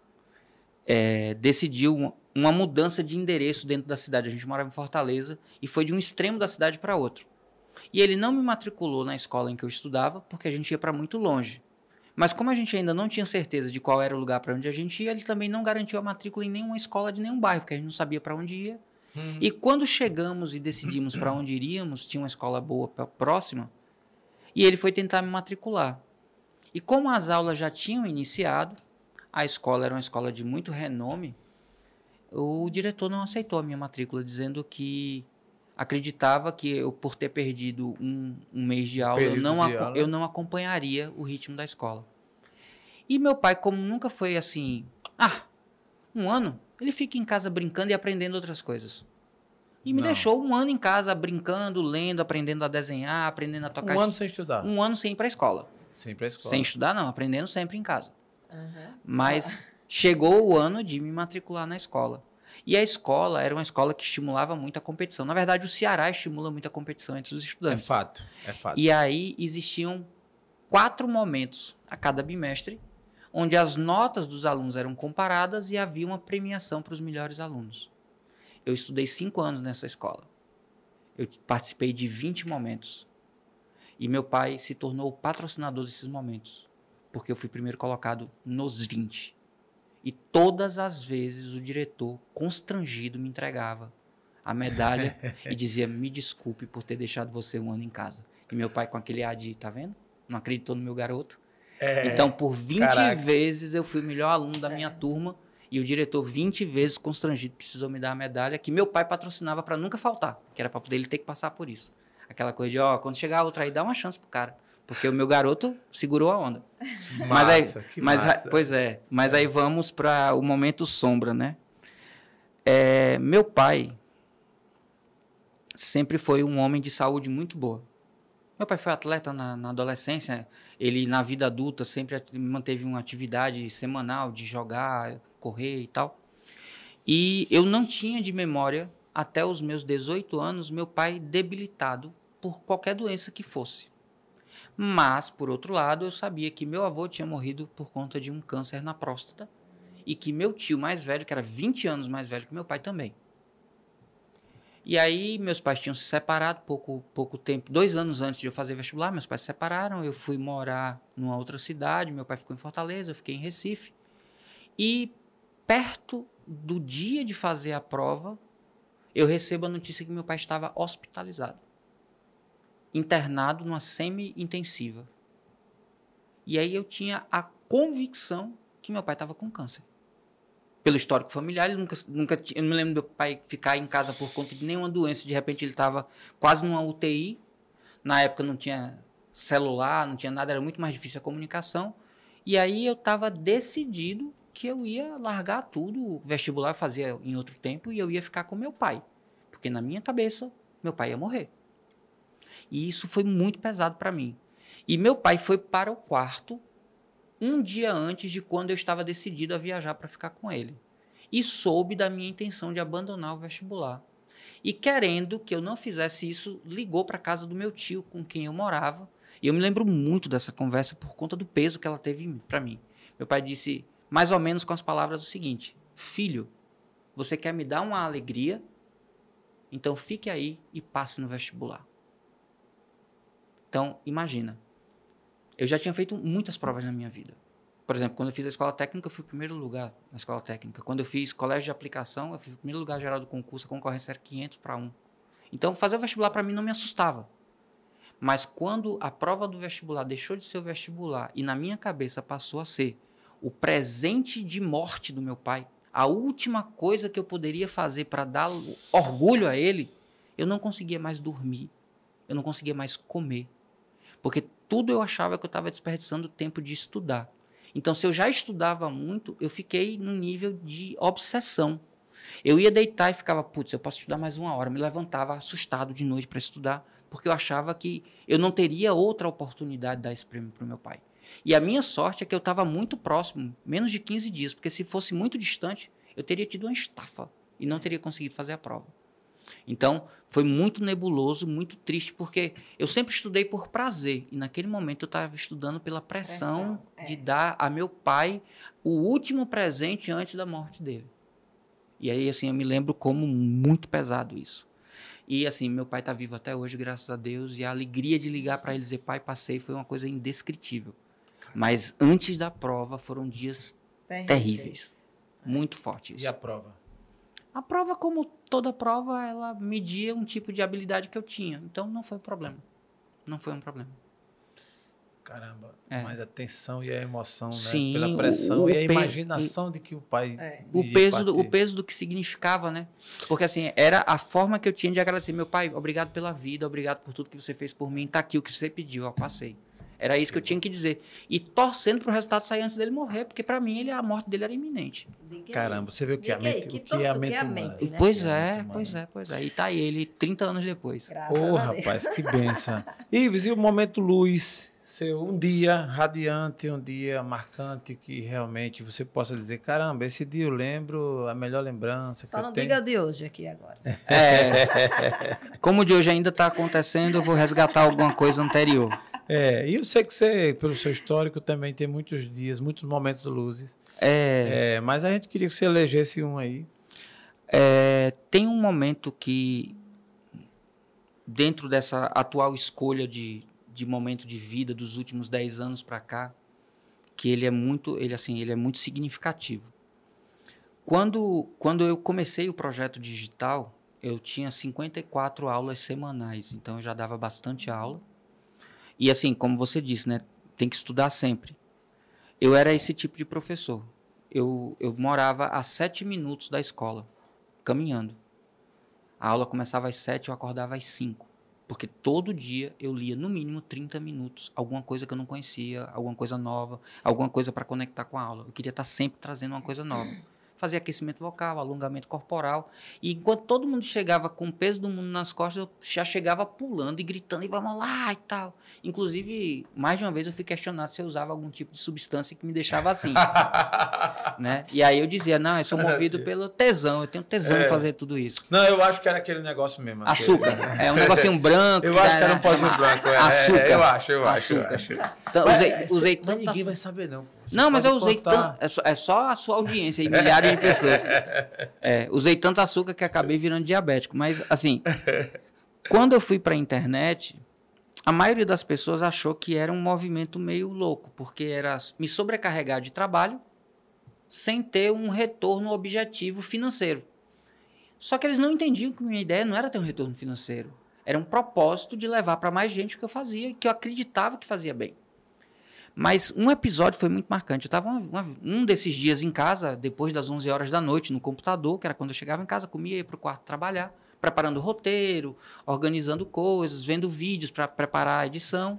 decidiu uma mudança de endereço dentro da cidade. A gente morava em Fortaleza e foi de um extremo da cidade para outro. E ele não me matriculou na escola em que eu estudava porque a gente ia para muito longe. Mas como a gente ainda não tinha certeza de qual era o lugar para onde a gente ia, ele também não garantiu a matrícula em nenhuma escola de nenhum bairro, porque a gente não sabia para onde ia. E quando chegamos e decidimos para onde iríamos, tinha uma escola boa próxima, e ele foi tentar me matricular. E como as aulas já tinham iniciado, a escola era uma escola de muito renome, o diretor não aceitou a minha matrícula, dizendo que acreditava que eu, por ter perdido um mês de aula, eu não acompanharia o ritmo da escola. E meu pai, como nunca foi assim, um ano, ele fica em casa brincando e aprendendo outras coisas. E me deixou um ano em casa brincando, lendo, aprendendo a desenhar, aprendendo a tocar. Um ano sem estudar? Um ano sem ir para a escola. Sem ir para a escola? Sem estudar, não, aprendendo sempre em casa. Mas chegou o ano de me matricular na escola. E a escola era uma escola que estimulava muito a competição. Na verdade, o Ceará estimula muito a competição entre os estudantes. É fato. E aí existiam 4 momentos a cada bimestre, onde as notas dos alunos eram comparadas e havia uma premiação para os melhores alunos. Eu estudei 5 anos nessa escola. Eu participei de 20 momentos. E meu pai se tornou o patrocinador desses momentos, porque eu fui primeiro colocado nos 20. E todas as vezes o diretor, constrangido, me entregava a medalha e dizia, me desculpe por ter deixado você um ano em casa. E meu pai com aquele ar de, tá vendo? Não acreditou no meu garoto. Então, por 20 vezes eu fui o melhor aluno da minha turma e o diretor 20 vezes constrangido precisou me dar a medalha que meu pai patrocinava para nunca faltar, que era para poder ele ter que passar por isso. Aquela coisa de, quando chegar a outra aí, dá uma chance pro cara. Porque o meu garoto segurou a onda. Mas aí vamos para o momento sombra, né? Meu pai sempre foi um homem de saúde muito boa. Meu pai foi atleta na adolescência. Ele, na vida adulta, sempre manteve uma atividade semanal de jogar, correr e tal. E eu não tinha de memória, até os meus 18 anos, meu pai debilitado por qualquer doença que fosse. Mas, por outro lado, eu sabia que meu avô tinha morrido por conta de um câncer na próstata e que meu tio mais velho, que era 20 anos mais velho que meu pai, também. E aí, meus pais tinham se separado pouco tempo, 2 anos antes de eu fazer vestibular, meus pais se separaram, eu fui morar numa outra cidade, meu pai ficou em Fortaleza, eu fiquei em Recife. E perto do dia de fazer a prova, eu recebo a notícia que meu pai estava hospitalizado, internado numa semi-intensiva. E aí eu tinha a convicção que meu pai estava com câncer. Pelo histórico familiar, ele nunca eu não me lembro do meu pai ficar em casa por conta de nenhuma doença. De repente ele estava quase numa UTI. Na época não tinha celular, não tinha nada, era muito mais difícil a comunicação. E aí eu estava decidido que eu ia largar tudo, o vestibular eu fazia em outro tempo, e eu ia ficar com meu pai. Porque na minha cabeça, meu pai ia morrer. E isso foi muito pesado para mim. E meu pai foi para o quarto um dia antes de quando eu estava decidido a viajar para ficar com ele. E soube da minha intenção de abandonar o vestibular. E querendo que eu não fizesse isso, ligou para a casa do meu tio, com quem eu morava. E eu me lembro muito dessa conversa por conta do peso que ela teve para mim. Meu pai disse, mais ou menos com as palavras, o seguinte: filho, você quer me dar uma alegria? Então fique aí e passe no vestibular. Então, imagina. Eu já tinha feito muitas provas na minha vida. Por exemplo, quando eu fiz a escola técnica, eu fui o primeiro lugar na escola técnica. Quando eu fiz colégio de aplicação, eu fui o primeiro lugar geral do concurso, a concorrência era 500 para 1. Então, fazer o vestibular para mim não me assustava. Mas quando a prova do vestibular deixou de ser o vestibular e na minha cabeça passou a ser o presente de morte do meu pai, a última coisa que eu poderia fazer para dar orgulho a ele, eu não conseguia mais dormir, eu não conseguia mais comer. Porque tudo eu achava que eu estava desperdiçando tempo de estudar. Então, se eu já estudava muito, eu fiquei num nível de obsessão. Eu ia deitar e ficava, putz, eu posso estudar mais 1 hora. Me levantava assustado de noite para estudar, porque eu achava que eu não teria outra oportunidade de dar esse prêmio para o meu pai. E a minha sorte é que eu estava muito próximo, menos de 15 dias, porque se fosse muito distante, eu teria tido uma estafa e não teria conseguido fazer a prova. Então, foi muito nebuloso, muito triste, porque eu sempre estudei por prazer. E naquele momento eu estava estudando pela pressão de dar a meu pai o último presente antes da morte dele. E aí, assim, eu me lembro como muito pesado isso. E, assim, meu pai está vivo até hoje, graças a Deus. E a alegria de ligar para ele e dizer, pai, passei, foi uma coisa indescritível. Mas antes da prova foram dias terríveis. Muito fortes. E a prova? A prova, como toda prova, ela media um tipo de habilidade que eu tinha. Então, não foi um problema. Não foi um problema. Caramba, mas a tensão e a emoção, sim, né? Pela pressão e a imaginação de que o pai... O peso do que significava, né? Porque, assim, era a forma que eu tinha de agradecer. Meu pai, obrigado pela vida, obrigado por tudo que você fez por mim. Tá aqui o que você pediu, eu passei. Era isso que eu tinha que dizer. E torcendo para o resultado sair antes dele morrer, porque para mim a morte dele era iminente. Caramba, você vê o que é a mente humana. Né? Pois é. E tá aí ele 30 anos depois. Ô, rapaz, que benção. Ives, e o momento luz? Seu um dia radiante, um dia marcante, que realmente você possa dizer, caramba, esse dia eu lembro, a melhor lembrança que eu tenho. Só não diga o de hoje aqui agora. Como o de hoje ainda está acontecendo, eu vou resgatar alguma coisa anterior. E eu sei que você, pelo seu histórico, também tem muitos dias, muitos momentos luzes. Mas a gente queria que você elegesse um aí. Tem um momento que, dentro dessa atual escolha de momento de vida dos últimos 10 anos para cá, que ele é muito significativo. Quando eu comecei o projeto digital, eu tinha 54 aulas semanais, então eu já dava bastante aula. E assim, como você disse, né, tem que estudar sempre. Eu era esse tipo de professor. Eu morava a 7 minutos da escola, caminhando. A aula começava às 7, eu acordava às 5. Porque todo dia eu lia no mínimo 30 minutos, alguma coisa que eu não conhecia, alguma coisa nova, alguma coisa para conectar com a aula. Eu queria estar sempre trazendo uma coisa nova. Fazia aquecimento vocal, alongamento corporal. E enquanto todo mundo chegava com o peso do mundo nas costas, eu já chegava pulando e gritando, e vamos lá e tal. Inclusive, mais de uma vez eu fui questionado se eu usava algum tipo de substância que me deixava assim. Né? E aí eu dizia, não, eu sou movido pelo tesão, eu tenho tesão de fazer tudo isso. Não, eu acho que era aquele negócio mesmo. Açúcar. Um negocinho branco. Eu acho que era um pozinho branco. Açúcar. Eu acho. Então, usei tanto. Ninguém vai saber, não. Não, mas eu usei tanto. É só a sua audiência e milhares de pessoas. Usei tanto açúcar que acabei virando diabético. Mas, assim, quando eu fui para a internet, a maioria das pessoas achou que era um movimento meio louco, porque era me sobrecarregar de trabalho sem ter um retorno objetivo financeiro. Só que eles não entendiam que minha ideia não era ter um retorno financeiro. Era um propósito de levar para mais gente o que eu fazia e que eu acreditava que fazia bem. Mas um episódio foi muito marcante. Eu estava um desses dias em casa, depois das 11 horas da noite, no computador, que era quando eu chegava em casa, comia, ia para o quarto trabalhar, preparando o roteiro, organizando coisas, vendo vídeos para preparar a edição.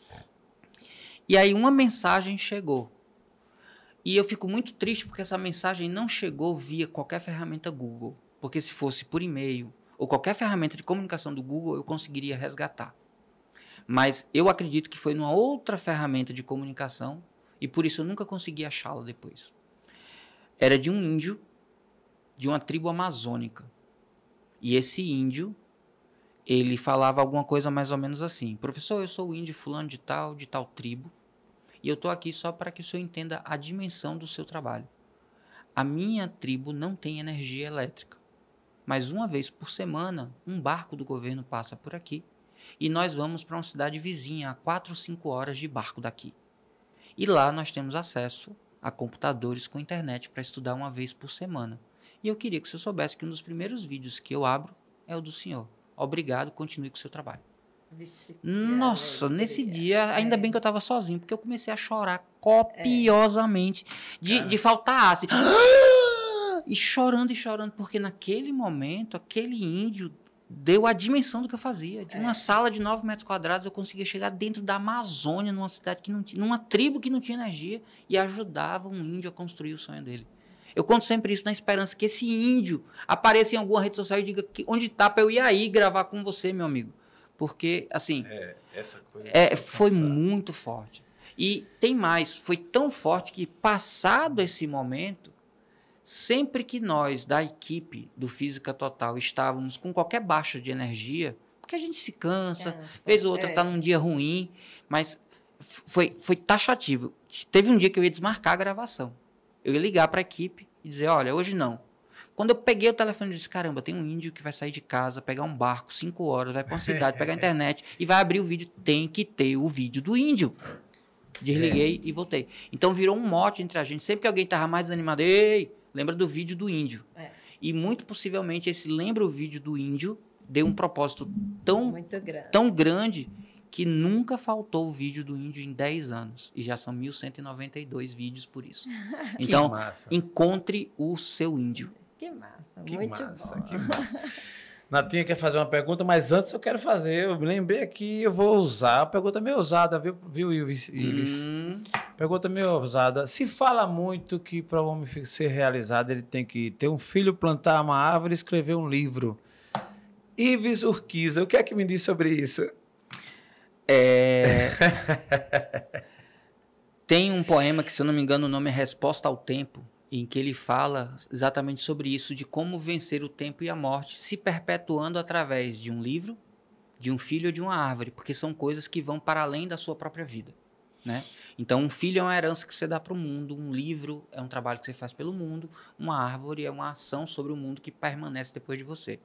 E aí uma mensagem chegou. E eu fico muito triste porque essa mensagem não chegou via qualquer ferramenta Google. Porque se fosse por e-mail ou qualquer ferramenta de comunicação do Google, eu conseguiria resgatar. Mas eu acredito que foi numa outra ferramenta de comunicação e por isso eu nunca consegui achá-la depois. Era de um índio de uma tribo amazônica. E esse índio, ele falava alguma coisa mais ou menos assim: professor, eu sou o índio fulano de tal tribo, e eu estou aqui só para que o senhor entenda a dimensão do seu trabalho. A minha tribo não tem energia elétrica, mas uma vez por semana um barco do governo passa por aqui e nós vamos para uma cidade vizinha a 4 ou 5 horas de barco daqui. E lá nós temos acesso a computadores com internet para estudar uma vez por semana. E eu queria que o senhor soubesse que um dos primeiros vídeos que eu abro é o do senhor. Obrigado, continue com o seu trabalho. Vixe, nossa, nesse dia, ainda bem que eu estava sozinho, porque eu comecei a chorar copiosamente de faltar ar. Assim, e chorando, porque naquele momento, aquele índio deu a dimensão do que eu fazia. De uma sala de 9 metros quadrados, eu conseguia chegar dentro da Amazônia, numa cidade que não tinha, numa tribo que não tinha energia, e ajudava um índio a construir o sonho dele. Eu conto sempre isso na esperança que esse índio apareça em alguma rede social e diga que onde está para eu ir aí gravar com você, meu amigo. Porque, assim, essa coisa foi muito forte. E tem mais, foi tão forte que, passado esse momento, sempre que nós, da equipe do Física Total, estávamos com qualquer baixa de energia, porque a gente se cansa, vez ou outra está num dia ruim, mas foi taxativo. Teve um dia que eu ia desmarcar a gravação. Eu ia ligar para a equipe e dizer, olha, hoje não. Quando eu peguei o telefone e disse, caramba, tem um índio que vai sair de casa, pegar um barco, 5 horas, vai para uma cidade, pegar a internet e vai abrir o vídeo, tem que ter o vídeo do índio. Desliguei e voltei. Então virou um mote entre a gente. Sempre que alguém estava mais desanimado, ei, lembra do vídeo do índio. E muito possivelmente esse lembra o vídeo do índio deu um propósito tão grande que nunca faltou o vídeo do índio em 10 anos. E já são 1.192 vídeos por isso. Então, encontre o seu índio. Que massa, muito bom. Que massa. Natinha quer fazer uma pergunta, mas antes eu quero fazer. Eu me lembrei aqui, eu vou usar. A pergunta meio ousada, viu Ives? Pergunta meio ousada. Se fala muito que para o homem ser realizado, ele tem que ter um filho, plantar uma árvore e escrever um livro. Ives Urquiza, o que é que me diz sobre isso? Tem um poema que, se eu não me engano, o nome é Resposta ao Tempo, em que ele fala exatamente sobre isso, de como vencer o tempo e a morte, se perpetuando através de um livro, de um filho ou de uma árvore, porque são coisas que vão para além da sua própria vida, né? Então, um filho é uma herança que você dá para o mundo, um livro é um trabalho que você faz pelo mundo, uma árvore é uma ação sobre o mundo que permanece depois de você.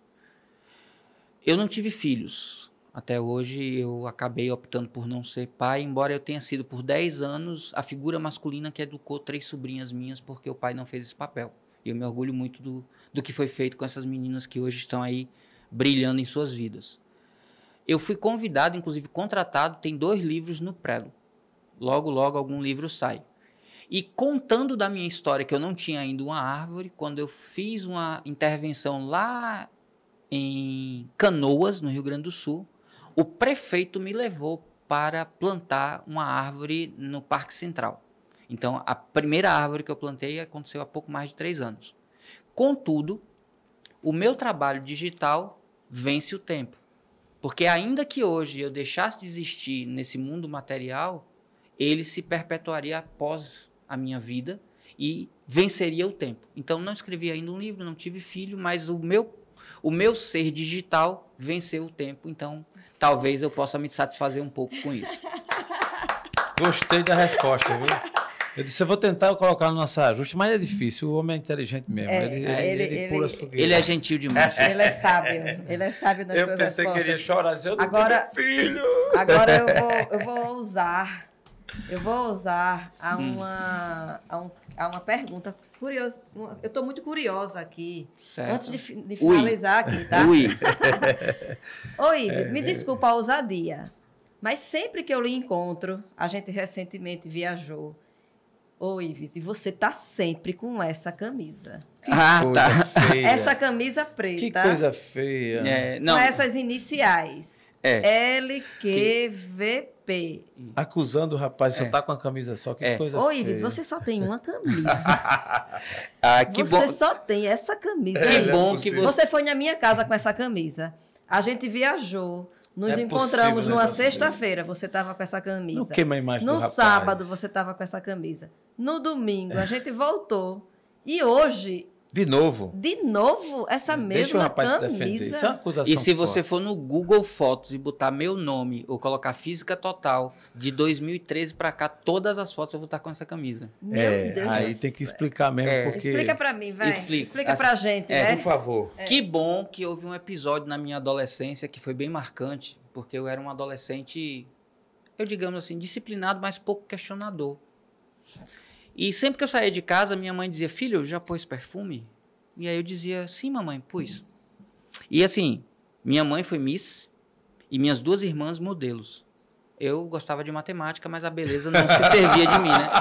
Eu não tive filhos. Até hoje eu acabei optando por não ser pai, embora eu tenha sido por 10 anos a figura masculina que educou 3 sobrinhas minhas porque o pai não fez esse papel. E eu me orgulho muito do que foi feito com essas meninas que hoje estão aí brilhando em suas vidas. Eu fui convidado, inclusive contratado, tem 2 livros no Prelo. Logo, logo algum livro sai. E contando da minha história, que eu não tinha ainda uma árvore, quando eu fiz uma intervenção lá em Canoas, no Rio Grande do Sul, o prefeito me levou para plantar uma árvore no Parque Central. Então, a primeira árvore que eu plantei aconteceu há pouco mais de 3 anos. Contudo, o meu trabalho digital vence o tempo. Porque ainda que hoje eu deixasse de existir nesse mundo material, ele se perpetuaria após a minha vida e venceria o tempo. Então, não escrevi ainda um livro, não tive filho, mas o meu ser digital venceu o tempo. Então, talvez eu possa me satisfazer um pouco com isso. Gostei da resposta, viu? Eu disse, eu vou tentar colocar no nosso ajuste, mas é difícil. O homem é inteligente mesmo. Ele pula as fogueiras. Ele é gentil demais. Ele é sábio. Ele é sábio nas suas respostas. Eu pensei que ele ia chorar. Eu não agora, tenho filho. Agora eu vou ousar a uma pergunta curiosa. Eu estou muito curiosa aqui. Certo. Antes de finalizar aqui, tá? Ô, Ives, me desculpa a ousadia, mas sempre que eu lhe encontro, a gente recentemente viajou. Ô, Ives, e você tá sempre com essa camisa. Tá. Feia. Essa camisa preta. Que coisa feia. Não. Com essas iniciais. LQVP. Acusando o rapaz, só tá com a camisa só. Que coisa feia. Ô, Ives, você só tem uma camisa. Que você bom. só tem essa camisa. Que aí. bom que Você foi na minha casa com essa camisa. A gente viajou. Nos encontramos numa sexta-feira, você estava com essa camisa. Não queima a imagem do No rapaz. sábado, você estava com essa camisa. No domingo, a gente voltou. E hoje... De novo, essa mesma camisa. deixa o rapaz se defender. Isso é uma acusação E se você forte. for no Google Fotos e botar meu nome ou colocar Física Total, de 2013 para cá, todas as fotos eu vou estar com essa camisa. Meu Deus aí do tem que céu. explicar mesmo, porque... Explica pra mim, vai. Explica pra gente, né? Por favor. Que bom que houve um episódio na minha adolescência que foi bem marcante, porque eu era um adolescente, digamos assim, disciplinado, mas pouco questionador. E sempre que eu saía de casa, minha mãe dizia, filho, já pôs perfume? E aí eu dizia, sim, mamãe, pus. E assim, minha mãe foi Miss e minhas 2 irmãs modelos. Eu gostava de matemática, mas a beleza não se servia de mim, né?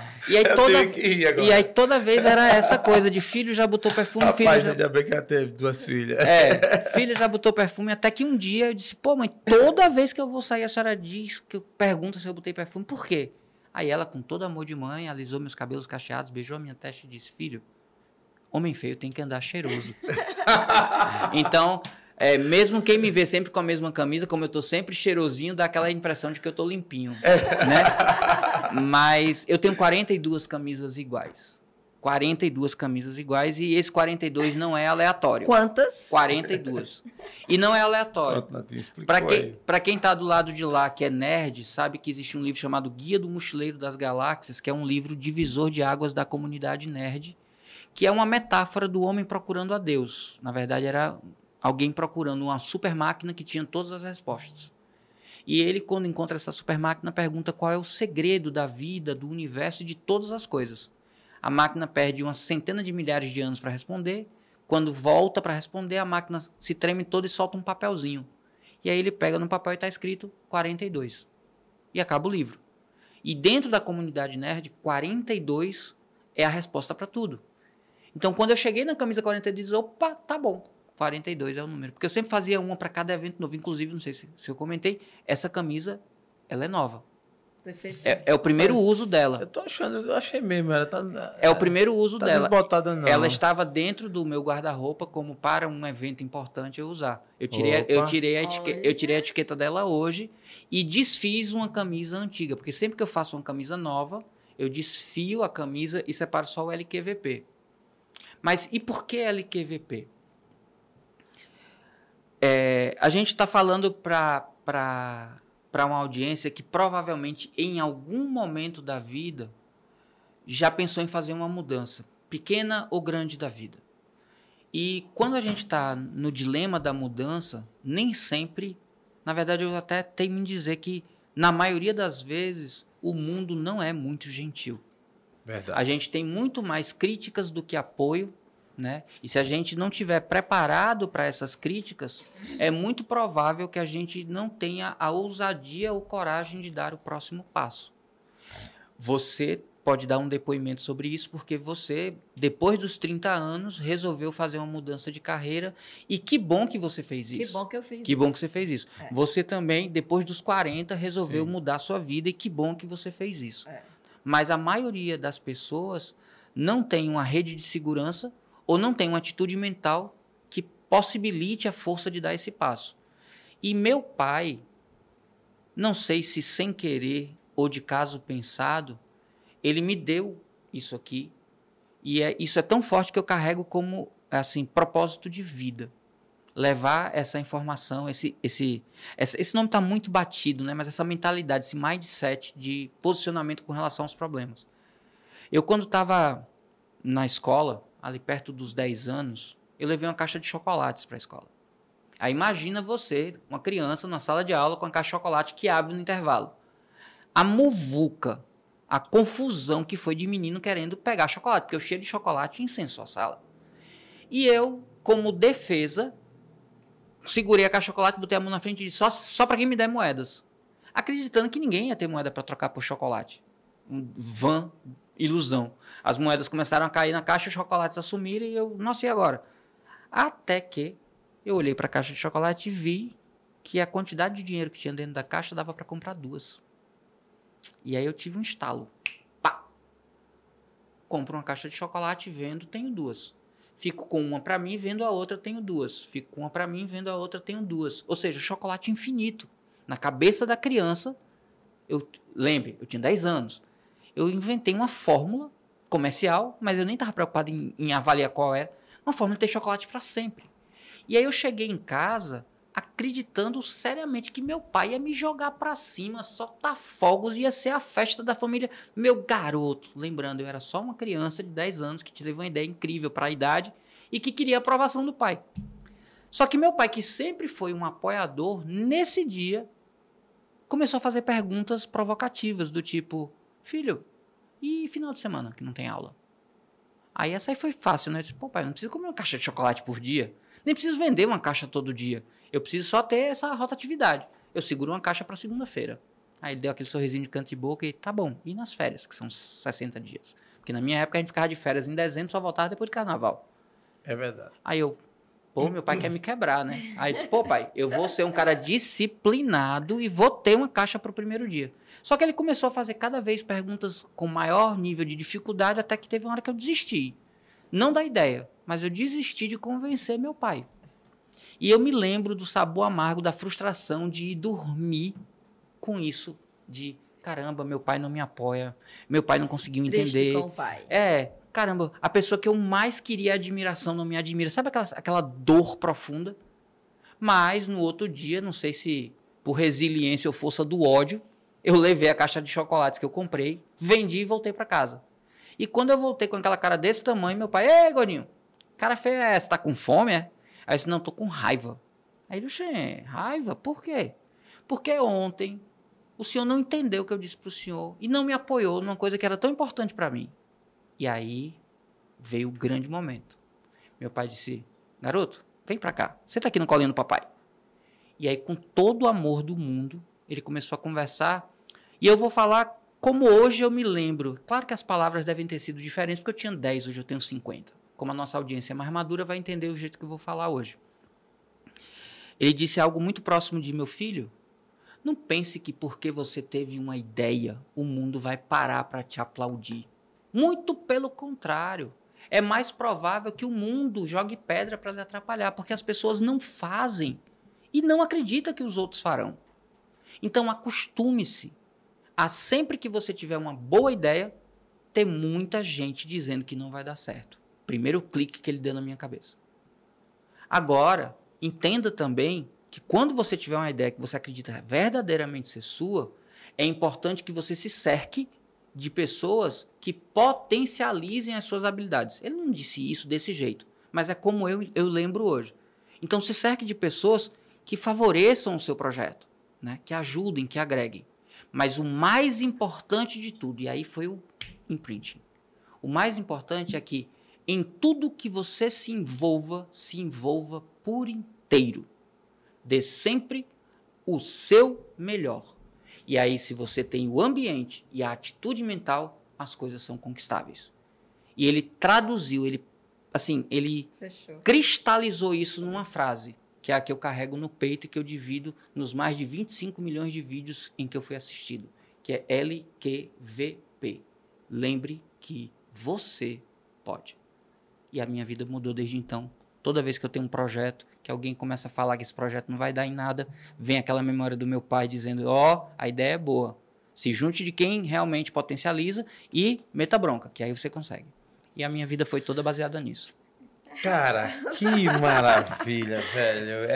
E aí toda vez era essa coisa de filho já botou perfume, Rapaz, filho já... ainda bem que ela teve 2 filhas. Filho já botou perfume, até que um dia eu disse, pô, mãe, toda vez que eu vou sair, a senhora diz, que eu pergunto se eu botei perfume, por quê? Aí ela, com todo amor de mãe, alisou meus cabelos cacheados, beijou a minha testa e disse, filho, homem feio tem que andar cheiroso. Então... mesmo quem me vê sempre com a mesma camisa, como eu tô sempre cheirosinho, dá aquela impressão de que eu tô limpinho, né? Mas eu tenho 42 camisas iguais. 42 camisas iguais e esse 42 não é aleatório. Quantas? 42. E não é aleatório. Para quem tá do lado de lá, que é nerd, sabe que existe um livro chamado Guia do Mochileiro das Galáxias, que é um livro divisor de águas da comunidade nerd, que é uma metáfora do homem procurando a Deus. Na verdade, era... alguém procurando uma super máquina que tinha todas as respostas. E ele, quando encontra essa super máquina, pergunta qual é o segredo da vida, do universo e de todas as coisas. A máquina perde umas centenas de milhares de anos para responder. Quando volta para responder, a máquina se treme toda e solta um papelzinho. E aí ele pega no papel e está escrito 42. E acaba o livro. E dentro da comunidade nerd, 42 é a resposta para tudo. Então, quando eu cheguei na camisa 42, opa, tá bom. 42 é o número. Porque eu sempre fazia uma para cada evento novo. Inclusive, não sei se eu comentei, essa camisa, ela é nova. Você fez é o primeiro uso dela. Eu achei mesmo. Ela tá, é o primeiro uso dela. Desbotada, não. Ela estava dentro do meu guarda-roupa como para um evento importante eu usar. Eu tirei a etiqueta dela hoje e desfiz uma camisa antiga. Porque sempre que eu faço uma camisa nova, eu desfio a camisa e separo só o LQVP. Mas e por que LQVP? A gente está falando para uma audiência que provavelmente em algum momento da vida já pensou em fazer uma mudança, pequena ou grande da vida. E quando a gente está no dilema da mudança, nem sempre, na verdade eu até tenho em dizer que na maioria das vezes o mundo não é muito gentil. Verdade. A gente tem muito mais críticas do que apoio. Né? E se a gente não estiver preparado para essas críticas, é muito provável que a gente não tenha a ousadia ou coragem de dar o próximo passo. Você pode dar um depoimento sobre isso porque você, depois dos 30 anos, resolveu fazer uma mudança de carreira e que bom que você fez isso. Que bom que eu fiz isso. Que bom que você fez isso. Você também, depois dos 40, resolveu mudar a sua vida e que bom que você fez isso. Mas a maioria das pessoas não tem uma rede de segurança ou não tem uma atitude mental que possibilite a força de dar esse passo. E meu pai, não sei se sem querer ou de caso pensado, ele me deu isso aqui. E isso é tão forte que eu carrego como assim, propósito de vida. Levar essa informação, esse nome está muito batido, né? Mas essa mentalidade, esse mindset de posicionamento com relação aos problemas. Eu, quando estava na escola, ali perto dos 10 anos, eu levei uma caixa de chocolates para a escola. Aí imagina você, uma criança, na sala de aula com uma caixa de chocolate que abre no intervalo. A muvuca, a confusão que foi de menino querendo pegar chocolate, porque o cheiro de chocolate incensou a sala. E eu, como defesa, segurei a caixa de chocolate, botei a mão na frente e disse, só para quem me der moedas. Acreditando que ninguém ia ter moeda para trocar por chocolate. Vã ilusão. As moedas começaram a cair na caixa, os chocolates assumiram e eu, nossa, e agora? Até que eu olhei para a caixa de chocolate e vi que a quantidade de dinheiro que tinha dentro da caixa dava para comprar 2. E aí eu tive um estalo. Pá! Compro uma caixa de chocolate, vendo, tenho 2. Fico com uma para mim, vendo a outra, tenho 2. Fico com uma para mim, vendo a outra, tenho 2. Ou seja, chocolate infinito. Na cabeça da criança, lembre, eu tinha 10 anos. Eu inventei uma fórmula comercial, mas eu nem estava preocupado em avaliar qual era. Uma fórmula de ter chocolate para sempre. E aí eu cheguei em casa acreditando seriamente que meu pai ia me jogar para cima, soltar fogos, ia ser a festa da família. Meu garoto, lembrando, eu era só uma criança de 10 anos que teve uma ideia incrível para a idade e que queria a aprovação do pai. Só que meu pai, que sempre foi um apoiador, nesse dia começou a fazer perguntas provocativas do tipo... Filho, e final de semana que não tem aula? Aí essa aí foi fácil, né? Eu disse, pô, pai, não preciso comer uma caixa de chocolate por dia. Nem preciso vender uma caixa todo dia. Eu preciso só ter essa rotatividade. Eu seguro uma caixa para segunda-feira. Aí ele deu aquele sorrisinho de canto de boca e tá bom. E nas férias, que são 60 dias? Porque na minha época a gente ficava de férias em dezembro, só voltava depois do carnaval. É verdade. Aí eu, pô, meu pai quer me quebrar, né? Aí eu disse, pô, pai, eu vou ser um cara disciplinado e vou ter uma caixa pro primeiro dia. Só que ele começou a fazer cada vez perguntas com maior nível de dificuldade, até que teve uma hora que eu desisti. Não da ideia, mas eu desisti de convencer meu pai. E eu me lembro do sabor amargo, da frustração de ir dormir com isso, de caramba, meu pai não me apoia, meu pai não conseguiu entender. Triste com o pai. Caramba, a pessoa que eu mais queria admiração não me admira. Sabe aquela dor profunda? Mas no outro dia, não sei se por resiliência ou força do ódio, eu levei a caixa de chocolates que eu comprei, vendi e voltei para casa. E quando eu voltei com aquela cara desse tamanho, meu pai, ei, gordinho, cara feia é essa? Tá com fome, é? Aí eu disse, não, tô com raiva. Aí ele disse, raiva? Por quê? Porque ontem o senhor não entendeu o que eu disse pro senhor e não me apoiou numa coisa que era tão importante para mim. E aí veio o grande momento. Meu pai disse, garoto, vem pra cá, senta aqui no colinho do papai. E aí, com todo o amor do mundo, ele começou a conversar. E eu vou falar como hoje eu me lembro. Claro que as palavras devem ter sido diferentes, porque eu tinha 10, hoje eu tenho 50. Como a nossa audiência é mais madura, vai entender o jeito que eu vou falar hoje. Ele disse algo muito próximo de meu filho. Não pense que porque você teve uma ideia, o mundo vai parar para te aplaudir. Muito pelo contrário. É mais provável que o mundo jogue pedra para lhe atrapalhar, porque as pessoas não fazem e não acreditam que os outros farão. Então, acostume-se a sempre que você tiver uma boa ideia, ter muita gente dizendo que não vai dar certo. Primeiro clique que ele deu na minha cabeça. Agora, entenda também que quando você tiver uma ideia que você acredita verdadeiramente ser sua, é importante que você se cerque de pessoas que potencializem as suas habilidades. Ele não disse isso desse jeito, mas é como eu lembro hoje. Então, se cerque de pessoas que favoreçam o seu projeto, né? Que ajudem, que agreguem. Mas o mais importante de tudo, e aí foi o imprinting, o mais importante é que em tudo que você se envolva por inteiro. Dê sempre o seu melhor. E aí, se você tem o ambiente e a atitude mental, as coisas são conquistáveis. E ele traduziu, ele Fechou. Cristalizou isso numa frase, que é a que eu carrego no peito e que eu divido nos mais de 25 milhões de vídeos em que eu fui assistido, que é LQVP. Lembre que você pode. E a minha vida mudou desde então. Toda vez que eu tenho um projeto, que alguém começa a falar que esse projeto não vai dar em nada, vem aquela memória do meu pai dizendo, a ideia é boa. Se junte de quem realmente potencializa e meta bronca, que aí você consegue. E a minha vida foi toda baseada nisso. Cara, que maravilha, velho.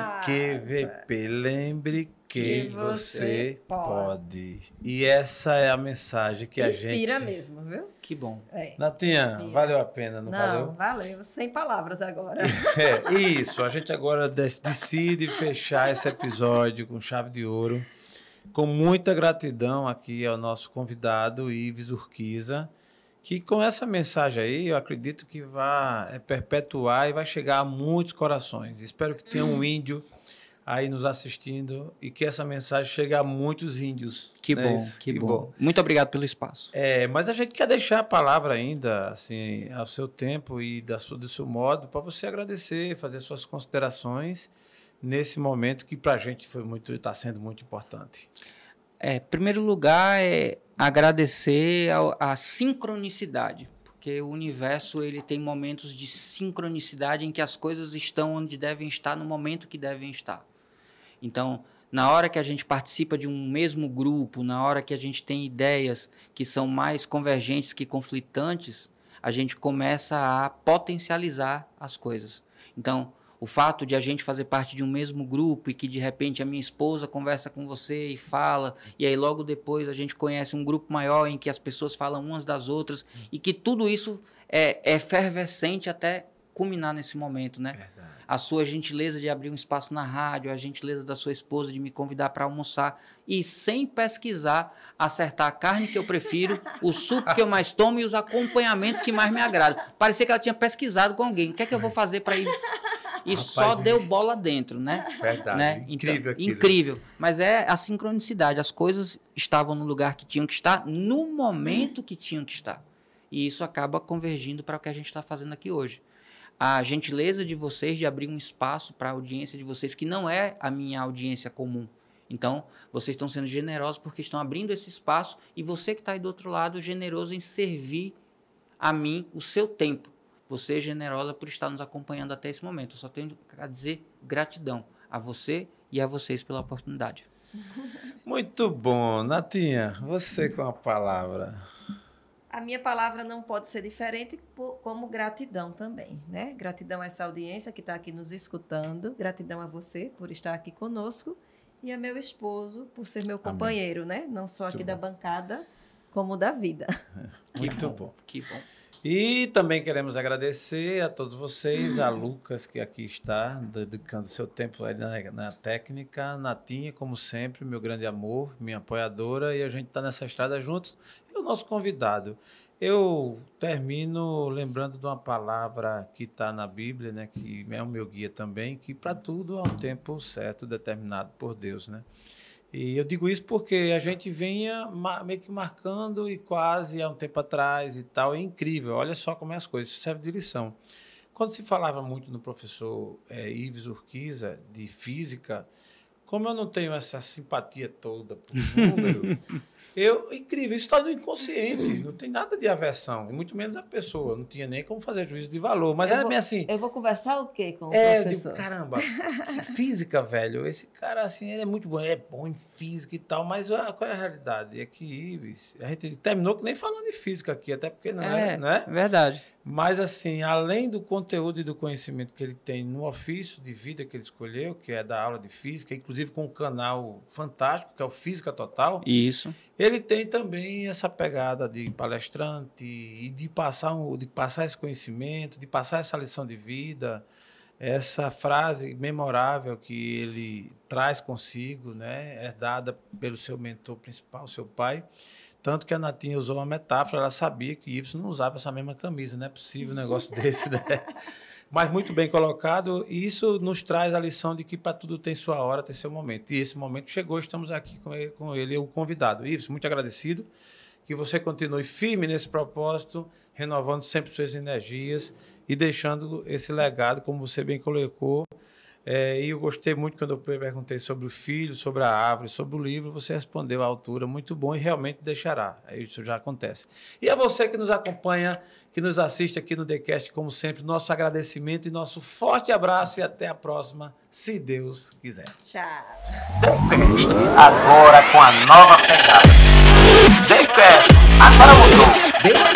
LQVP, lembre que você pode. E essa é a mensagem que a gente... Inspira mesmo, viu? Que bom. Natinha, valeu a pena, não valeu? Não, valeu. Sem palavras agora. Isso, a gente agora decide fechar esse episódio com chave de ouro. Com muita gratidão aqui ao nosso convidado, Ives Urquiza, que com essa mensagem aí, eu acredito que vai perpetuar e vai chegar a muitos corações. Espero que tenha um índio aí nos assistindo e que essa mensagem chegue a muitos índios. Que bom, que bom. Muito obrigado pelo espaço. Mas a gente quer deixar a palavra ainda, assim, ao seu tempo e do seu modo, para você agradecer, fazer suas considerações nesse momento que para a gente está sendo muito importante. Em primeiro lugar, agradecer a sincronicidade, porque o universo ele tem momentos de sincronicidade em que as coisas estão onde devem estar, no momento que devem estar. Então, na hora que a gente participa de um mesmo grupo, na hora que a gente tem ideias que são mais convergentes que conflitantes, a gente começa a potencializar as coisas. Então, o fato de a gente fazer parte de um mesmo grupo e que, de repente, a minha esposa conversa com você e fala, e aí logo depois a gente conhece um grupo maior em que as pessoas falam umas das outras e que tudo isso é efervescente até culminar nesse momento, né? Verdade. A sua gentileza de abrir um espaço na rádio, a gentileza da sua esposa de me convidar para almoçar e, sem pesquisar, acertar a carne que eu prefiro, o suco que eu mais tomo e os acompanhamentos que mais me agradam. Parecia que ela tinha pesquisado com alguém. O que é que eu vou fazer para isso? e só deu bola dentro, né? Verdade. Né? Incrível então, aquilo. incrível. Mas é a sincronicidade. As coisas estavam no lugar que tinham que estar, no momento que tinham que estar. E isso acaba convergindo para o que a gente está fazendo aqui hoje. A gentileza de vocês de abrir um espaço para a audiência de vocês, que não é a minha audiência comum. Então, vocês estão sendo generosos porque estão abrindo esse espaço e você que está aí do outro lado, generoso em servir a mim o seu tempo. Você é generosa por estar nos acompanhando até esse momento. Eu só tenho a dizer gratidão a você e a vocês pela oportunidade. Muito bom. Natinha, você com a palavra. A minha palavra não pode ser diferente como gratidão também, né? Gratidão a essa audiência que está aqui nos escutando. Gratidão a você por estar aqui conosco. E a meu esposo por ser meu companheiro, Amém. Né? Não só aqui da bancada, como da vida. Muito bom. Que bom. E também queremos agradecer a todos vocês, a Lucas, que aqui está, dedicando seu tempo aí na técnica, Natinha, como sempre, meu grande amor, minha apoiadora, e a gente está nessa estrada juntos. E o nosso convidado. Eu termino lembrando de uma palavra que está na Bíblia, né, que é o meu guia também, que para tudo há um tempo certo, determinado por Deus, né? E eu digo isso porque a gente vinha meio que marcando e quase há um tempo atrás e tal. É incrível, olha só como é as coisas, isso serve de lição. Quando se falava muito no professor Ives Urquiza, de física, como eu não tenho essa simpatia toda por número, incrível, isso está no inconsciente, não tem nada de aversão, e muito menos a pessoa, não tinha nem como fazer juízo de valor, mas era bem assim... Eu vou conversar o quê com o professor? Eu digo, caramba, que física, velho, esse cara, assim, ele é muito bom, ele é bom em física e tal, mas qual é a realidade? É que Ives, a gente terminou que nem falando de física aqui, até porque não é, né? Verdade. Mas, assim, além do conteúdo e do conhecimento que ele tem no ofício de vida que ele escolheu, que é da aula de física, inclusive com um canal fantástico, que é o Física Total. Isso. Ele tem também essa pegada de palestrante e de passar esse conhecimento, de passar essa lição de vida, essa frase memorável que ele traz consigo, né, herdada pelo seu mentor principal, seu pai. Tanto que a Natinha usou uma metáfora, ela sabia que Ives não usava essa mesma camisa, não é possível um negócio desse, né? Mas muito bem colocado, e isso nos traz a lição de que para tudo tem sua hora, tem seu momento. E esse momento chegou, estamos aqui com ele o convidado. Ives, muito agradecido, que você continue firme nesse propósito, renovando sempre suas energias e deixando esse legado, como você bem colocou. E eu gostei muito quando eu perguntei sobre o filho, sobre a árvore, sobre o livro, você respondeu à altura, muito bom, e realmente deixará. Isso já acontece. E a você que nos acompanha, que nos assiste aqui no TheCast, como sempre, nosso agradecimento e nosso forte abraço e até a próxima, se Deus quiser. Tchau. TheCast, agora com a nova pegada. TheCast, agora mudou.